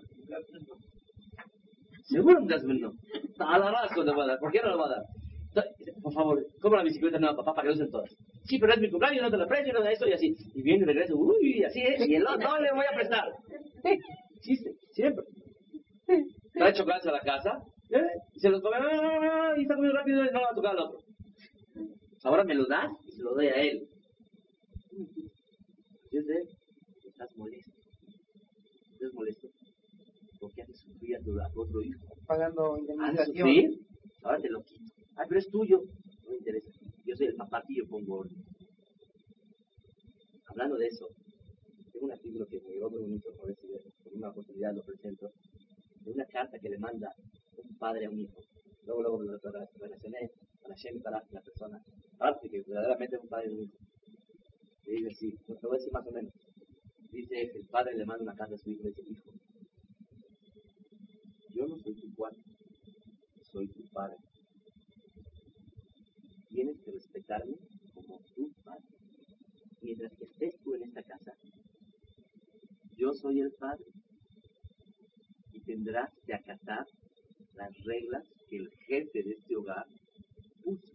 Seguro que no. A la rasco le va a dar. ¿Por qué no lo va a dar? Por favor, compra la bicicleta nueva, papá, para que lo usen todas. Sí, pero es mi cumpleaños, no te la presto, no de esto y así. Y viene y regresa, uy, así es, y el otro no le voy a prestar. Chiste, siempre. Trae chocolates a la casa, ¿eh? Y se los come, y está muy rápido y no le va a tocar al otro. Ahora me lo das y se lo doy a él. Entonces, estás molesto. Estás molesto. ¿Por qué haces sufrir a tu, a tu otro hijo? Pagando indemnización. ¿Haces sufrir? Ahora te lo quito. Ay, pero es tuyo. No me interesa. Yo soy el papá y yo pongo orden. Hablando de eso, tengo un artículo que me llegó muy bonito, por, ese, por una oportunidad lo presento, de una carta que le manda un padre a un hijo. Luego, luego me lo relacioné para Shem y para la persona. Aparte que verdaderamente es un padre y un hijo. Le dice así, lo te voy a decir más o menos. Dice, el padre le manda una carta a su hijo y dice, hijo, yo no soy tu cuate, soy tu padre. Tienes que respetarme como tu padre. Mientras que estés tú en esta casa, yo soy el padre. Y tendrás que acatar las reglas que el jefe de este hogar puso.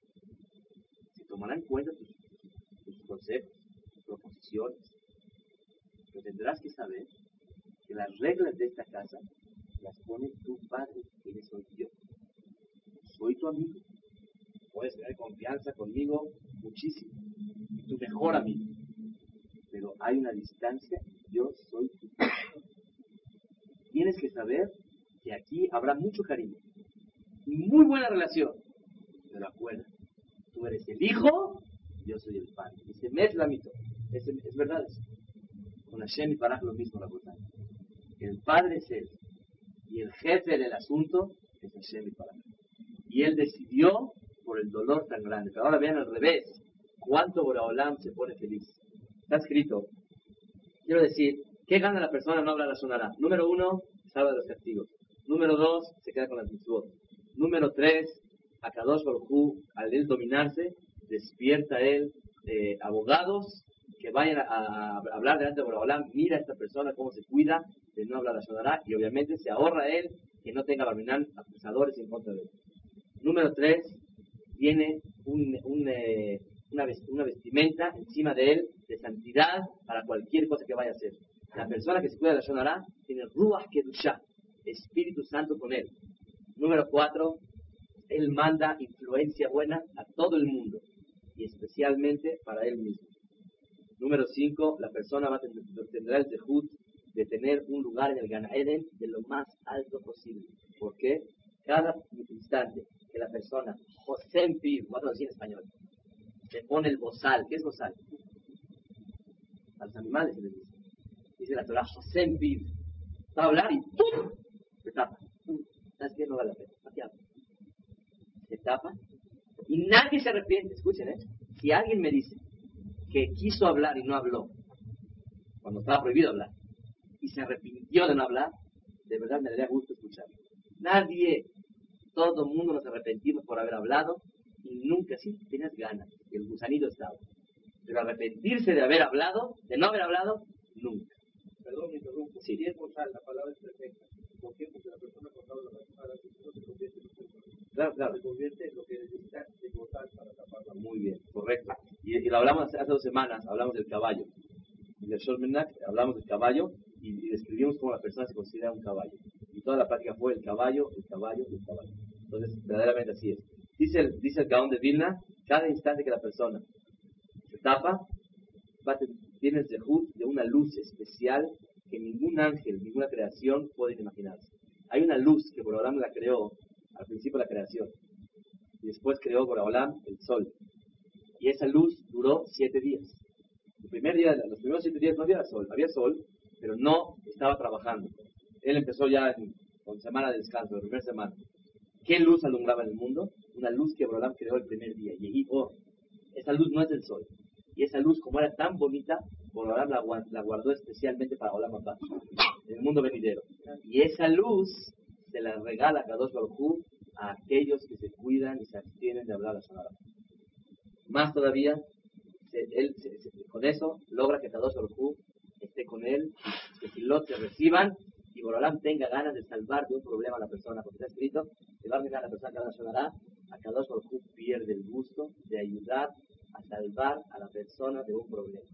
Se tomarán en cuenta tus, tus consejos, tus proposiciones. Pero tendrás que saber que las reglas de esta casa las pone tu padre, que soy yo. Soy tu amigo. Puedes tener confianza conmigo muchísimo. Y tu mejor amigo. Pero hay una distancia. Yo soy tu padre. Tienes que saber que aquí habrá mucho cariño. Y muy buena relación. Pero acuérdate, tú eres el hijo, yo soy el padre. Y se mezcla mito. Es, es verdad eso. Con Hashem y Baraj lo mismo la verdad. El padre es él. Y el jefe del asunto es Hashem y Baraj. Y él decidió por el dolor tan grande. Pero ahora vean al revés. ¿Cuánto Boraholam se pone feliz? Está escrito. Quiero decir, ¿qué gana la persona no hablar la Shonara? Número uno, salva de los castigos. Número dos, se queda con las mitzvot. Número tres, a Kadosh Baruj Hu, al él dominarse, despierta él eh, abogados que vayan a, a, a hablar delante de Boraholam. Mira a esta persona cómo se cuida de no hablar la Shonara, y obviamente se ahorra él que no tenga Barminán acusadores en contra de él. Número tres, tiene un, un, eh, una, una vestimenta encima de él de santidad para cualquier cosa que vaya a hacer. La persona que se cuida de la Shonara tiene Ruach Kedushá, Espíritu Santo con él. Número cuatro, él manda influencia buena a todo el mundo y especialmente para él mismo. Número cinco, la persona va a tener, tendrá el zehut de tener un lugar en el Gan Eden de lo más alto posible. ¿Por qué? Cada instante que la persona, José en Piv, voy a traducir en español, se pone el bozal. ¿Qué es bozal? A los animales se les dice. Dice la Torah, José en Piv, va a hablar y ¡pum! Se tapa. ¿Sabes qué? No vale la pena. Maquiado. Se tapa y nadie se arrepiente. Escuchen, ¿eh? Si alguien me dice que quiso hablar y no habló, cuando estaba prohibido hablar, y se arrepintió de no hablar, de verdad me daría gusto escucharlo. Nadie, todo el mundo nos arrepentimos por haber hablado, y nunca, sí, tenías ganas, el gusanito estaba. Pero arrepentirse de haber hablado, de no haber hablado, nunca. Perdón, me interrumpo. Sí. Si es mortal, la palabra es perfecta. ¿Por qué? Porque la persona cuando habla las palabras no se convierte en un Claro, claro. se convierte en lo que necesita de mortal para taparla. Muy bien, correcto. Y, y lo hablamos hace, hace dos semanas, hablamos del caballo. En el Shormenak hablamos del caballo y, y describimos cómo la persona se considera un caballo. Y toda la práctica fue el caballo, el caballo, el caballo. Entonces, verdaderamente así es. Dice el, dice el Gaón de Vilna, cada instante que la persona se tapa, va a tener, tiene el zehut de una luz especial que ningún ángel, ninguna creación puede imaginarse. Hay una luz que Borolam la creó al principio de la creación. Y después creó Borolam el sol. Y esa luz duró siete días. El primer día, los primeros siete días no había sol, había sol, pero no estaba trabajando. Él empezó ya en, con semana de descanso, la primera semana. ¿Qué luz alumbraba en el mundo? Una luz que Borolam creó el primer día. Y oh, esa luz no es del sol. Y esa luz, como era tan bonita, Borolam la, la guardó especialmente para Olam Abba, en el mundo venidero. Y esa luz se la regala Kadosh Baruj Hu a aquellos que se cuidan y se abstienen de hablar a Shonara. Más todavía, se, él se, se, con eso logra que Kadosh Baruj Hu esté con él, que Filot se reciban y Borolam tenga ganas de salvar de un problema a la persona, porque está escrito que va a venir a la persona que habla Shonara, a Kadosh Baruj Hu pierde el gusto de ayudar a salvar a la persona de un problema.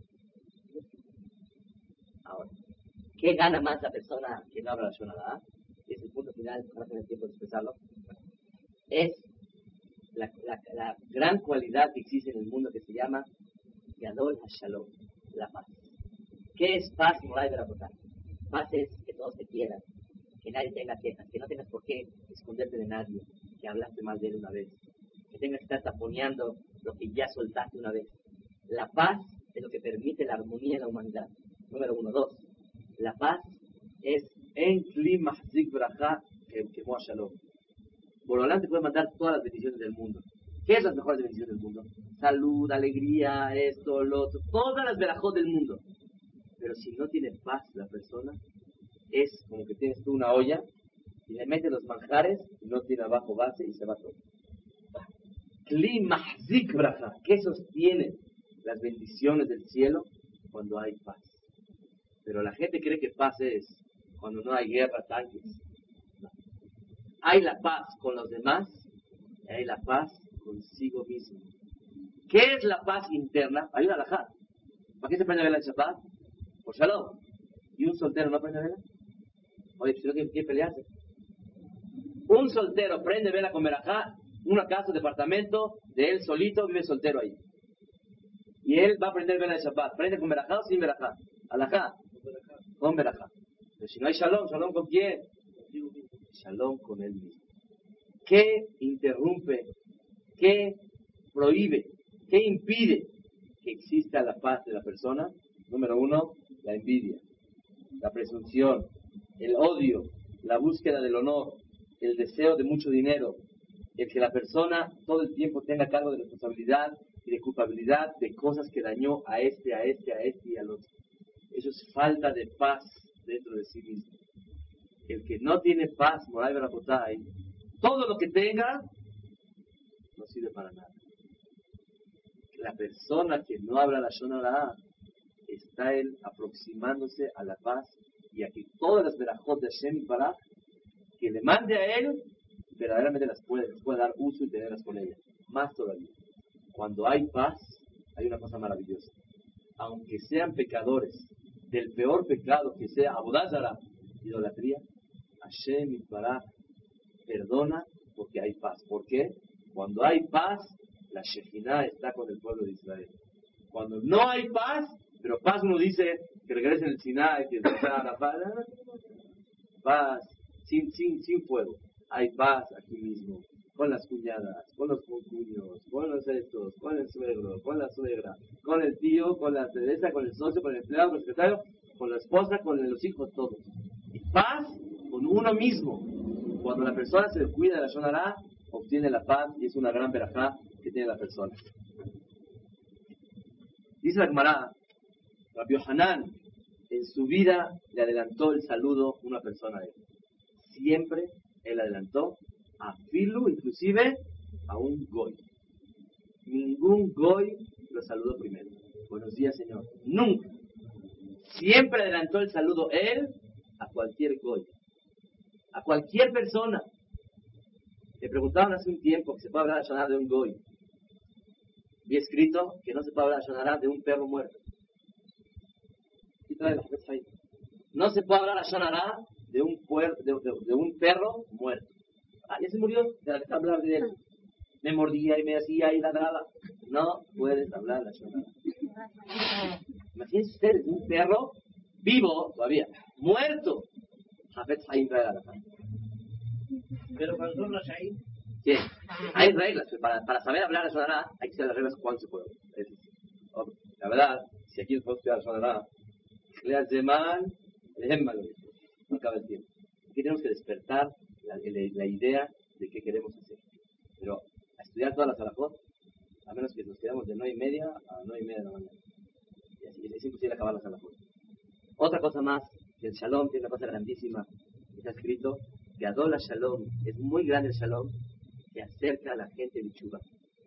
Ahora, ¿qué gana más la persona que no habla la Shonara? Es el punto final, no tener tiempo de expresarlo. Es la, la, la gran cualidad que existe en el mundo que se llama Gadol HaShalom, la paz. ¿Qué es paz, Moray Berapotá? Paz es que todos te quieran, que nadie tenga quejas, que no tengas por qué esconderte de nadie, que hablaste mal de él una vez, que tengas que estar taponeando lo que ya soltaste una vez. La paz es lo que permite la armonía en la humanidad. Número uno. Dos, la paz es en clima mahzik braja que Moa Shalom. Borolam te puede mandar todas las bendiciones del mundo. ¿Qué es las mejores bendiciones del mundo? Salud, alegría, esto, lo otro, todas las verajot del mundo. Pero si no tiene paz la persona, es como que tienes tú una olla y le metes los manjares y no tiene abajo base y se va todo. Kli mahzik braja, ¿qué sostiene las bendiciones del cielo? Cuando hay paz. Pero la gente cree que paz es cuando no hay guerra, tanques. No. Hay la paz con los demás y hay la paz consigo mismo. ¿Qué es la paz interna? Hay una alajá. ¿Para qué se prende vela en Shabbat? Por Shalom. ¿Y un soltero no prende vela? Oye, si no tiene que pelearse. Un soltero prende vela con verajá, una casa, un departamento, de él solito, vive soltero ahí. Y él va a prender vela de Shabbat. ¿Prende con verajá o sin verajá? Alajá. Con verajá. Pero si no hay Shalom, ¿Shalom con quién? Shalom con él mismo. ¿Qué interrumpe? ¿Qué prohíbe? ¿Qué impide que exista la paz de la persona? Número uno, la envidia, la presunción, el odio, la búsqueda del honor, el deseo de mucho dinero, el que la persona todo el tiempo tenga cargo de responsabilidad y de culpabilidad de cosas que dañó a este, a este, a este y al otro. Eso es falta de paz dentro de sí mismo. El que no tiene paz, Moray Berapotay, todo lo que tenga no sirve para nada. La persona que no habla la Shonara está él aproximándose a la paz y a que todas las verajot de Hashem y Baraj que le mande a él verdaderamente las puede, las puede dar uso y tenerlas con ella. Más todavía, cuando hay paz hay una cosa maravillosa. Aunque sean pecadores del peor pecado que sea Abodá Zará, idolatría, Hashem y Baraj perdona porque hay paz. ¿Por qué? Cuando hay paz, la Shejinah está con el pueblo de Israel. Cuando no hay paz, pero paz uno dice que regresen el Sinai, que está la paz, paz sin, sin, sin fuego. Hay paz aquí mismo, con las cuñadas, con los concuños, con los estos, con el suegro, con la suegra, con el tío, con la Teresa, con el socio, con el empleado, con el secretario, con la esposa, con los hijos, todos. Y paz con uno mismo. Cuando la persona se cuida de la Shonara, obtiene la paz y es una gran verajá que tiene la persona. Dice la Gemara, Rabbi Yohanan en su vida le adelantó el saludo a una persona de él. Siempre él adelantó a Filu, inclusive a un goy. ningún goy lo saludó primero. Buenos días, señor. Nunca. Siempre adelantó el saludo él a cualquier goy, a cualquier persona. Le preguntaban hace un tiempo que se puede hablar a Shonara de un goy. Vi escrito que no se puede hablar a Shonara de un perro muerto. ¿Qué trae la cabeza ahí? No se puede hablar a Shonara de un, puer, de, de, de un perro muerto. Ah, ya se murió, te la dejas hablar de él. Me mordía y me hacía y ladraba. No puedes hablar a Shonara. Imagínense ustedes, un perro vivo todavía, muerto. Jafet Haim trae la cara. Pero cuando son los ahí, Sí, hay reglas. Para, para saber hablar a Shonara, hay que saber las reglas cuándo se puede. Es, la verdad, si aquí podemos estudiar a Shonara, le hace mal, le hace mal. No acaba el tiempo. Aquí tenemos que despertar la, la, la idea de qué queremos hacer. Pero a estudiar todas las alajot, a menos que nos quedemos de nueve y media a nueve y media de la mañana. Y así, es imposible acabar las alajot. Otra cosa más, que el Shalom, que es una cosa grandísima, está escrito que Adol Shalom, es muy grande el Shalom, que acerca a la gente de Chuba.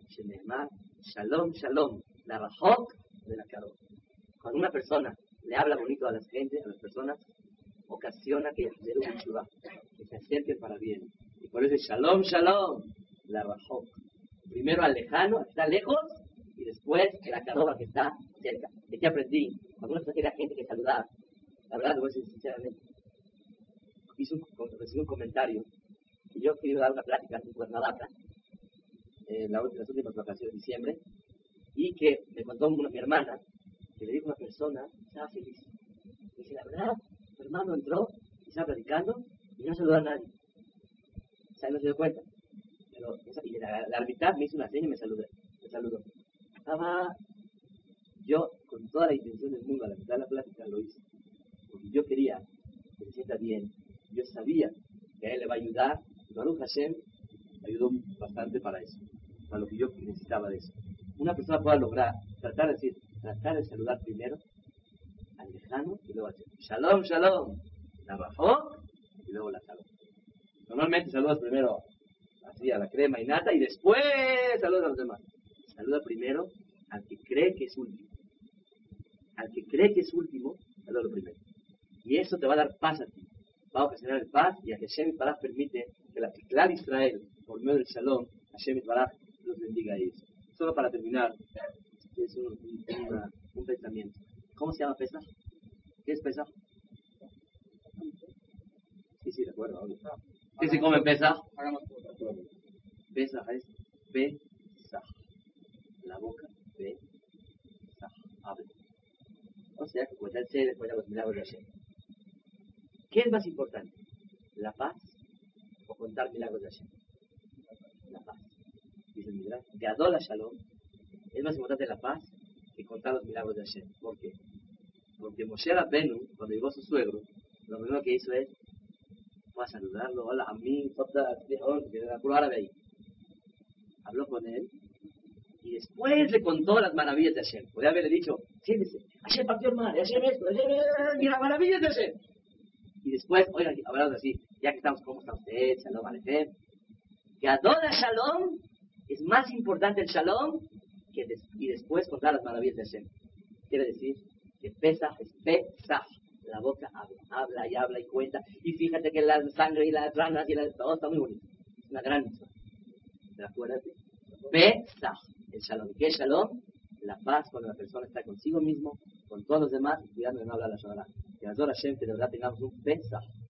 Shalom, Shalom, la Rajok de la Karot. Cuando una persona le habla bonito a la gente, a las personas, ocasiona que Chuba, que se acerquen para bien. Y por eso es Shalom, Shalom, la Rajok. Primero al lejano, al que está lejos, y después el Akadoba que está cerca. ¿De qué aprendí? Cuando una persona quiere a gente que saludar, la verdad, lo voy a decir sinceramente, hice un, recibí un comentario, y yo quería dar una plática en Cuernavaca, en la, las últimas vacaciones de diciembre, y que me contó una, mi hermana, que le dijo a una persona, estaba feliz. Y dice, la verdad, mi hermano entró, y estaba platicando, y no saludó a nadie. O sea, no se dio cuenta. Pero, y la, la mitad me hizo una seña y me saludó. Me saludó. Estaba yo, con toda la intención del mundo, a la mitad de la plática lo hice. Porque yo quería que se sienta bien. Yo sabía que a él le va a ayudar. Y Baruch Hashem me ayudó bastante para eso. Para lo que yo necesitaba de eso. Una persona pueda lograr, tratar de decir, tratar de saludar primero al lejano y luego hacer Shalom, Shalom, la Rajok y luego la Shalom. Normalmente saludas primero así a la crema y nata y después saludas a los demás. Saluda primero al que cree que es último. Al que cree que es último, saluda lo primero. Y eso te va a dar paz a ti. Va a ocasionar el paz y a que Hashem Baraj permite que la Tiklat Israel, por medio del Shalom, Hashem Baraj los bendiga a ellos. Solo para terminar, es un, un, una, un pensamiento. ¿Cómo se llama Pesach? ¿Qué es Pesach? Sí, sí, de acuerdo. ¿Qué se come en Pesach? Pesach es Pesach. La boca, Pesach. Habla. O sea, que cuenta el ser, después de los milagros de Hashem. ¿Qué es más importante? ¿La paz o contar milagros de Hashem? La paz. Dice el Midrash, que Adol Shalom es más importante la paz que contar los milagros de Hashem. ¿Por qué? Porque Moshe Rabbenu, cuando llegó a su suegro, lo primero que hizo es, fue a saludarlo, hola, a mí, que era puro árabe ahí. Habló con él y después le contó las maravillas de Hashem. Podría haberle dicho, siéntese, Hashem partió el mar, Hashem esto, Hashem, mira, maravillas de Hashem. Y después, oigan, hablando así, ya que estamos, ¿cómo está usted? Shalom Alejem. Que Adora Shalom es más importante el Shalom que des, y después contar las maravillas de Hashem. Quiere decir que Pesach es Pesach. La boca habla, habla y habla y cuenta. Y fíjate que la sangre y las ranas y la, todo está muy bonito. Es una gran cosa. ¿Te acuerdas? Pesach, el Shalom. ¿Qué es Shalom? La paz cuando la persona está consigo mismo, con todos los demás, cuidando de no hablar la Shonara. Que Adora Hashem, que de verdad tengamos un Pesach